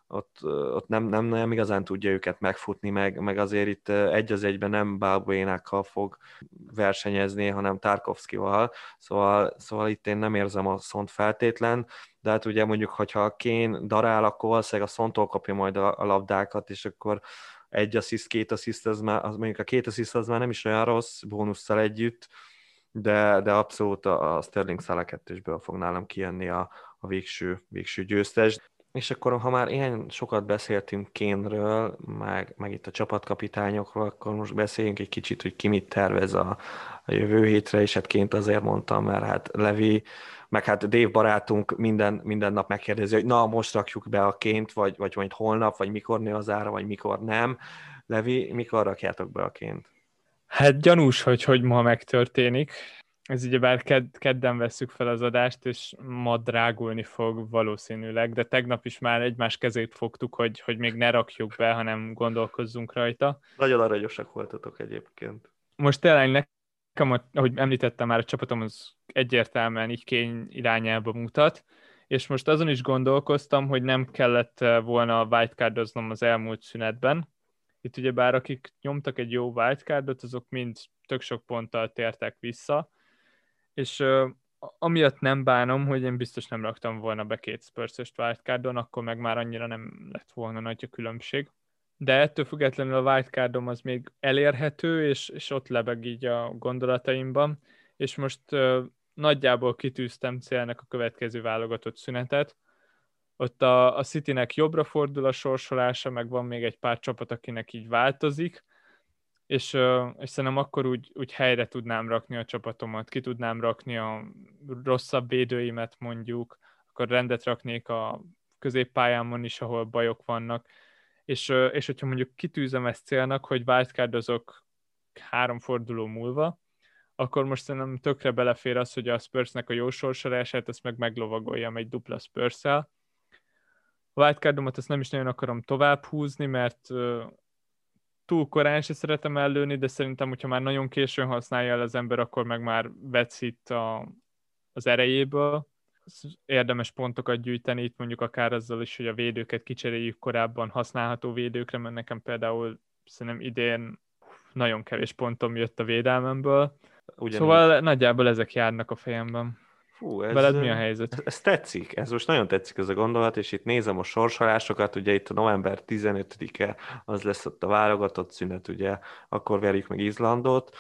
ott nem igazán tudja őket megfutni, meg azért itt egy az egyben nem Balbuénákkal fog versenyezni, hanem Tarkovszkival, szóval itt én nem érzem a Szont feltétlen, de hát ugye mondjuk, hogyha a Kane darál, akkor valószínűleg a Szontól kapja majd a labdákat, és akkor egy assziszt, két assziszt, az mondjuk a két assziszt az már nem is olyan rossz, bónusszal együtt, de abszolút a Sterling Salah kettősből fog nálam kijönni a végső győztes. És akkor, ha már ilyen sokat beszéltünk Kane-ről, meg itt a csapatkapitányokról, akkor most beszéljünk egy kicsit, hogy ki mit tervez a jövő hétre, és hát Kane-t azért mondtam, mert hát Levi, meg hát Dave barátunk minden nap megkérdezi, hogy na, most rakjuk be a Kane-t, vagy majd holnap, vagy mikor nő az ára, vagy mikor nem. Levi, mikor rakjátok be a Kane-t? Hát gyanús, hogy ma megtörténik. Ez ugyebár kedden vesszük fel az adást, és ma drágulni fog valószínűleg, de tegnap is már egymás kezét fogtuk, hogy még ne rakjuk be, hanem gondolkozzunk rajta. Nagyon aranyosak voltatok egyébként. Most tényleg nekem, ahogy említettem már, a csapatom az egyértelműen így Kane irányába mutat, és most azon is gondolkoztam, hogy nem kellett volna wildcardoznom az elmúlt szünetben. Itt ugyebár akik nyomtak egy jó wildcardot, azok mind tök sok ponttal tértek vissza, és amiatt nem bánom, hogy én biztos nem raktam volna be két Spurs-öst wildcardon, akkor meg már annyira nem lett volna nagy a különbség. De ettől függetlenül a wildcardom az még elérhető, és ott lebeg így a gondolataimban, és most nagyjából kitűztem célnak a következő válogatott szünetet. Ott a Citynek jobbra fordul a sorsolása, meg van még egy pár csapat, akinek így változik, és szerintem akkor úgy helyre tudnám rakni a csapatomat, ki tudnám rakni a rosszabb védőimet mondjuk, akkor rendet raknék a középpályámon is, ahol bajok vannak, és hogyha mondjuk kitűzem ezt célnak, hogy wildcardozok 3 forduló múlva, akkor most szerintem tökre belefér az, hogy a Spursnek a jó sorsolását, ezt meg meglovagoljam egy dupla Spurs-szel. A wildcardomat ezt nem is nagyon akarom tovább húzni, mert túl korán se szeretem ellőni, de szerintem, hogyha már nagyon későn használja el az ember, akkor meg már veszít az erejéből. Érdemes pontokat gyűjteni, itt mondjuk akár azzal is, hogy a védőket kicseréljük korábban használható védőkre, mert nekem például szerintem idén nagyon kevés pontom jött a védelmemből. Ugyanígy. Szóval nagyjából ezek járnak a fejemben. Fú, Veled mi a helyzet? ez tetszik, ez most nagyon tetszik ez a gondolat, és itt nézem a sorsolásokat, ugye itt a november 15-e az lesz ott a válogatott szünet, ugye, akkor verjük meg Izlandot,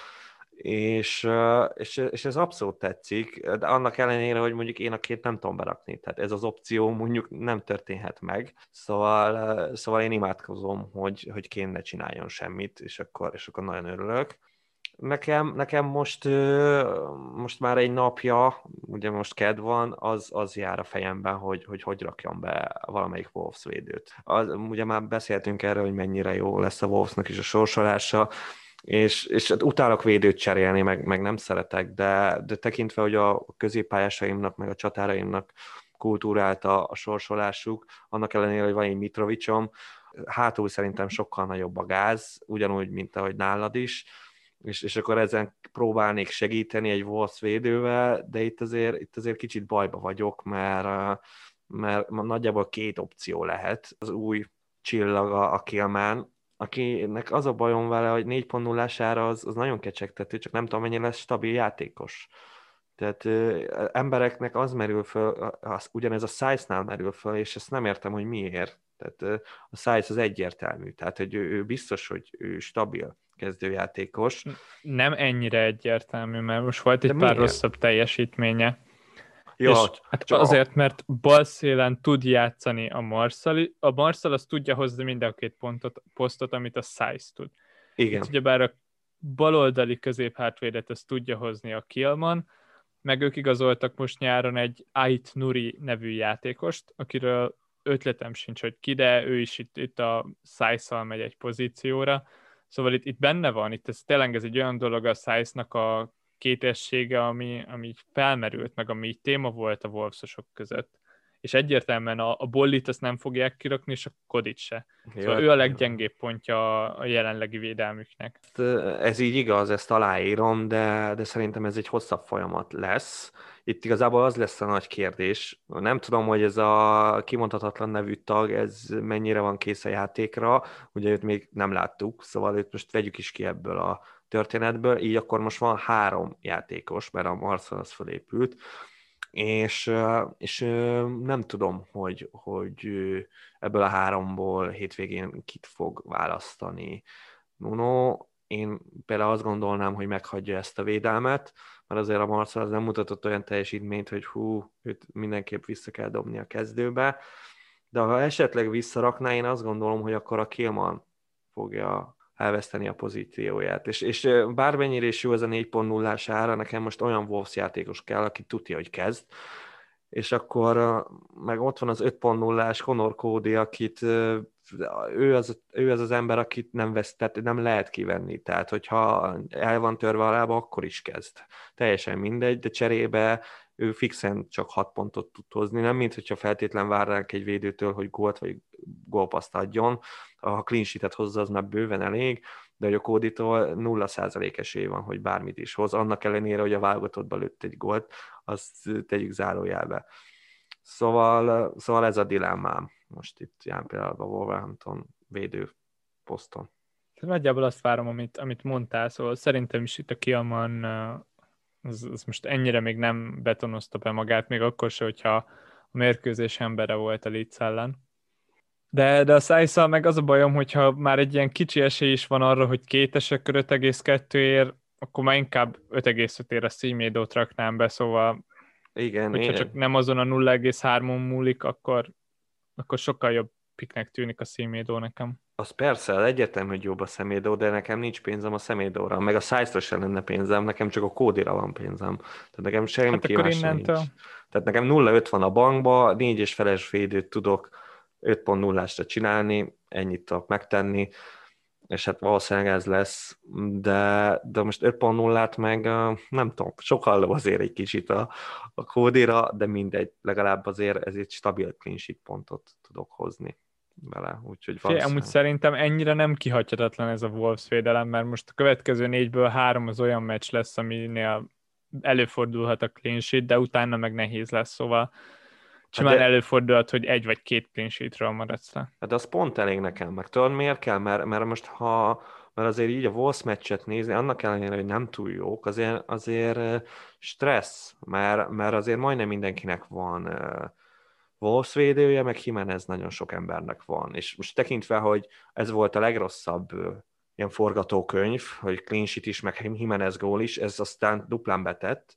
és ez abszolút tetszik, de annak ellenére, hogy mondjuk én a két nem tudom berakni, tehát ez az opció mondjuk nem történhet meg, szóval én imádkozom, hogy Kane ne csináljon semmit, és akkor nagyon örülök. Nekem most már egy napja, ugye most kedd van, az jár a fejemben, hogy rakjam be valamelyik Wolves védőt. Ugye már beszéltünk erről, hogy mennyire jó lesz a Wolvesnak is a sorsolása, és hát utálok védőt cserélni, meg nem szeretek, de tekintve, hogy a középpályásaimnak, meg a csatáraimnak kultúrált a sorsolásuk, annak ellenére, hogy van egy Mitrovicsom, hátul szerintem sokkal nagyobb a gáz, ugyanúgy, mint ahogy nálad is, és akkor ezen próbálnék segíteni egy Wolves védővel, de itt azért kicsit bajba vagyok, mert nagyjából két opció lehet. Az új csillag a Killman, akinek az a bajom vele, hogy 4.0-ására az nagyon kecsegtető, csak nem tudom, mennyire lesz stabil játékos. Tehát embereknek az merül föl, ugyanez a Size-nál merül föl, és ezt nem értem, hogy miért. Tehát a Size az egyértelmű, tehát hogy ő biztos, hogy ő stabil kezdőjátékos. Nem ennyire egyértelmű, mert most volt De egy pár miért? rosszabb teljesítménye. Ja, És hát csak azért, mert bal szélen tud játszani a Marszal az tudja hozni mind a két posztot, amit a Size tud. Itt igen. ugyebár a baloldali középhátvédet ezt tudja hozni a Killman, meg ők igazoltak most nyáron egy Ait Nuri nevű játékost, akiről ötletem sincs, hogy ki, de ő is itt a Size-szal megy egy pozícióra. Szóval itt benne van, itt tényleg ez egy olyan dolog a Size-nak a kétessége, ami felmerült, meg ami téma volt a Wolvesosok között. És egyértelműen a Bollit azt nem fogják kirakni, és a Kodit se. Jó, Szóval ő a leggyengébb pontja a jelenlegi védelmüknek. ez így igaz, ezt aláírom, de szerintem ez egy hosszabb folyamat lesz. Itt igazából az lesz a nagy kérdés. Nem tudom, hogy ez a kimondhatatlan nevű tag, ez mennyire van kész a játékra, ugye őt még nem láttuk, szóval őt most vegyük is ki ebből a történetből, így akkor most van 3 játékos, mert a Marcel az fölépült, és nem tudom, hogy ebből a 3-ból hétvégén kit fog választani Nuno. Én például azt gondolnám, hogy meghagyja ezt a védelmet, mert azért a Marcel az nem mutatott olyan teljesítményt, hogy őt mindenképp vissza kell dobni a kezdőbe, de ha esetleg visszarakná, én azt gondolom, hogy akkor a Killman fogja elveszteni a pozícióját. És bármennyire is jó ez a 4.0-ás ára, nekem most olyan Wolves játékos kell, aki tudja, hogy kezd, és akkor meg ott van az 5.0-ás Conor Cody, akit ő az ember, akit nem vesz, tehát nem lehet kivenni. Tehát, hogyha el van törve a lába, akkor is kezd. Teljesen mindegy, de cserébe ő fixen csak 6 pontot tud hozni, nem mint hogyha feltétlen várnánk egy védőtől, hogy gólt vagy gólpaszt adjon. Ha clean sheet-et hozza, az már bőven elég, de hogy a Cody-tól 0% esély van, hogy bármit is hoz, annak ellenére, hogy a válogatottba lőtt egy gólt, azt tegyük zárójelbe. Szóval ez a dilemmám most itt jelen pillanatban Wolverhampton védő poszton. Nagyjából azt várom, amit mondtál, szóval szerintem is itt a Killman az most ennyire még nem betonozta be magát, még akkor se, hogyha a mérkőzés embere volt a Leeds ellen. De a Szájszal meg az a bajom, hogyha már egy ilyen kicsi esély is van arra, hogy kétesek 5,2 ér, akkor már inkább 5,5 ér a Semedo-t raknám be, szóval Igen, hogyha csak nem azon a 0,3-on múlik, akkor sokkal jobb piknek tűnik a Semedo nekem. az persze, egyértelmű, hogy jobb a Semedo, de nekem nincs pénzem a Semedóra, meg a Size-ra sem lenne pénzem, nekem csak a Cody-ra van pénzem. Tehát nekem Hát semmi akkor másra innentől... nincs. Tehát nekem 0,5 van a bankba, 4,5-es védőt tudok 5.0-ásra csinálni, ennyit tudok megtenni, és hát valószínűleg ez lesz, de most 5.0-át meg nem tudom, sokkal azért egy kicsit a Cody-ra, de mindegy, legalább azért ez egy stabil clean sheet pontot tudok hozni vele, úgyhogy Amúgy valószínűleg. szerintem ennyire nem kihagyhatatlan ez a Wolves védelem, mert most a következő 4-ből 3 az olyan meccs lesz, aminél előfordulhat a clean sheet, de utána meg nehéz lesz, szóval simán előfordulhat, hogy 1 vagy 2 clean sheetről maradsz le. De az pont elég nekem, meg tudod miért kell? Mert most mert azért így a Wolves meccset nézni, annak ellenére, hogy nem túl jók, azért stressz, mert azért majdnem mindenkinek van Wolves védője, meg Jimenez nagyon sok embernek van. És most tekintve, hogy ez volt a legrosszabb ilyen forgatókönyv, hogy clean sheet is, meg Jimenez gól is, ez aztán duplán betett,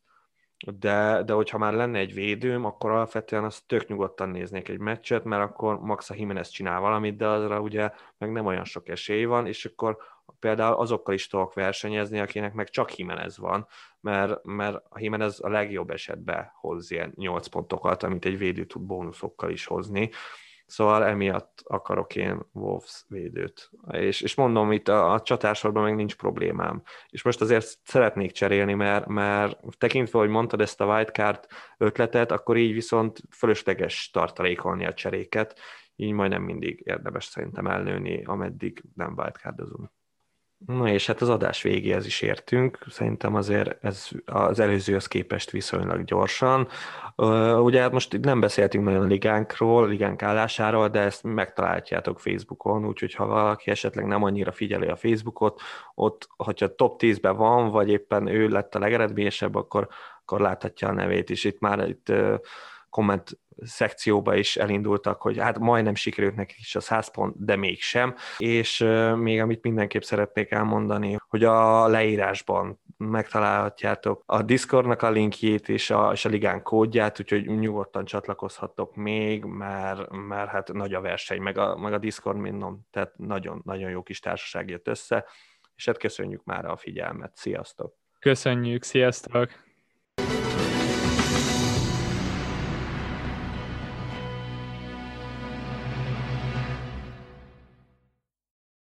de hogyha már lenne egy védőm, akkor alapvetően azt tök nyugodtan néznék egy meccset, mert akkor max a Jimenez csinál valamit, de azra ugye meg nem olyan sok esély van, és akkor például azokkal is tudok versenyezni, akinek meg csak Jimenez van, mert a Jimenez a legjobb esetben hoz ilyen 8 pontokat, amit egy védő tud bónuszokkal is hozni. Szóval emiatt akarok én Wolves védőt. És mondom, itt a csatársorban meg nincs problémám. És most azért szeretnék cserélni, mert tekintve, hogy mondtad ezt a wildcard ötletet, akkor így viszont fölösleges tartalékolni a cseréket, így majdnem mindig érdemes szerintem elnőni, ameddig nem wildcardozunk. Na és hát az adás végéhez is értünk, szerintem azért ez az előzőhöz képest viszonylag gyorsan. Ugye hát most itt nem beszéltünk nagyon a ligánkról, ligánk állásáról, de ezt megtalálhatjátok Facebookon, úgyhogy ha valaki esetleg nem annyira figyeli a Facebookot, ott, hogyha top 10-ben van, vagy éppen ő lett a legeredményesebb, akkor láthatja a nevét is. Itt komment szekcióba is elindultak, hogy hát majdnem sikerült nekik is a 100 pont, de mégsem. És még amit mindenképp szeretnék elmondani, hogy a leírásban megtalálhatjátok a Discordnak a linkjét és a ligán kódját, úgyhogy nyugodtan csatlakozhattok még, mert hát nagy a verseny, meg a Discord, mondom, tehát nagyon jó kis társaság jött össze, és hát köszönjük már a figyelmet, sziasztok! Köszönjük, sziasztok!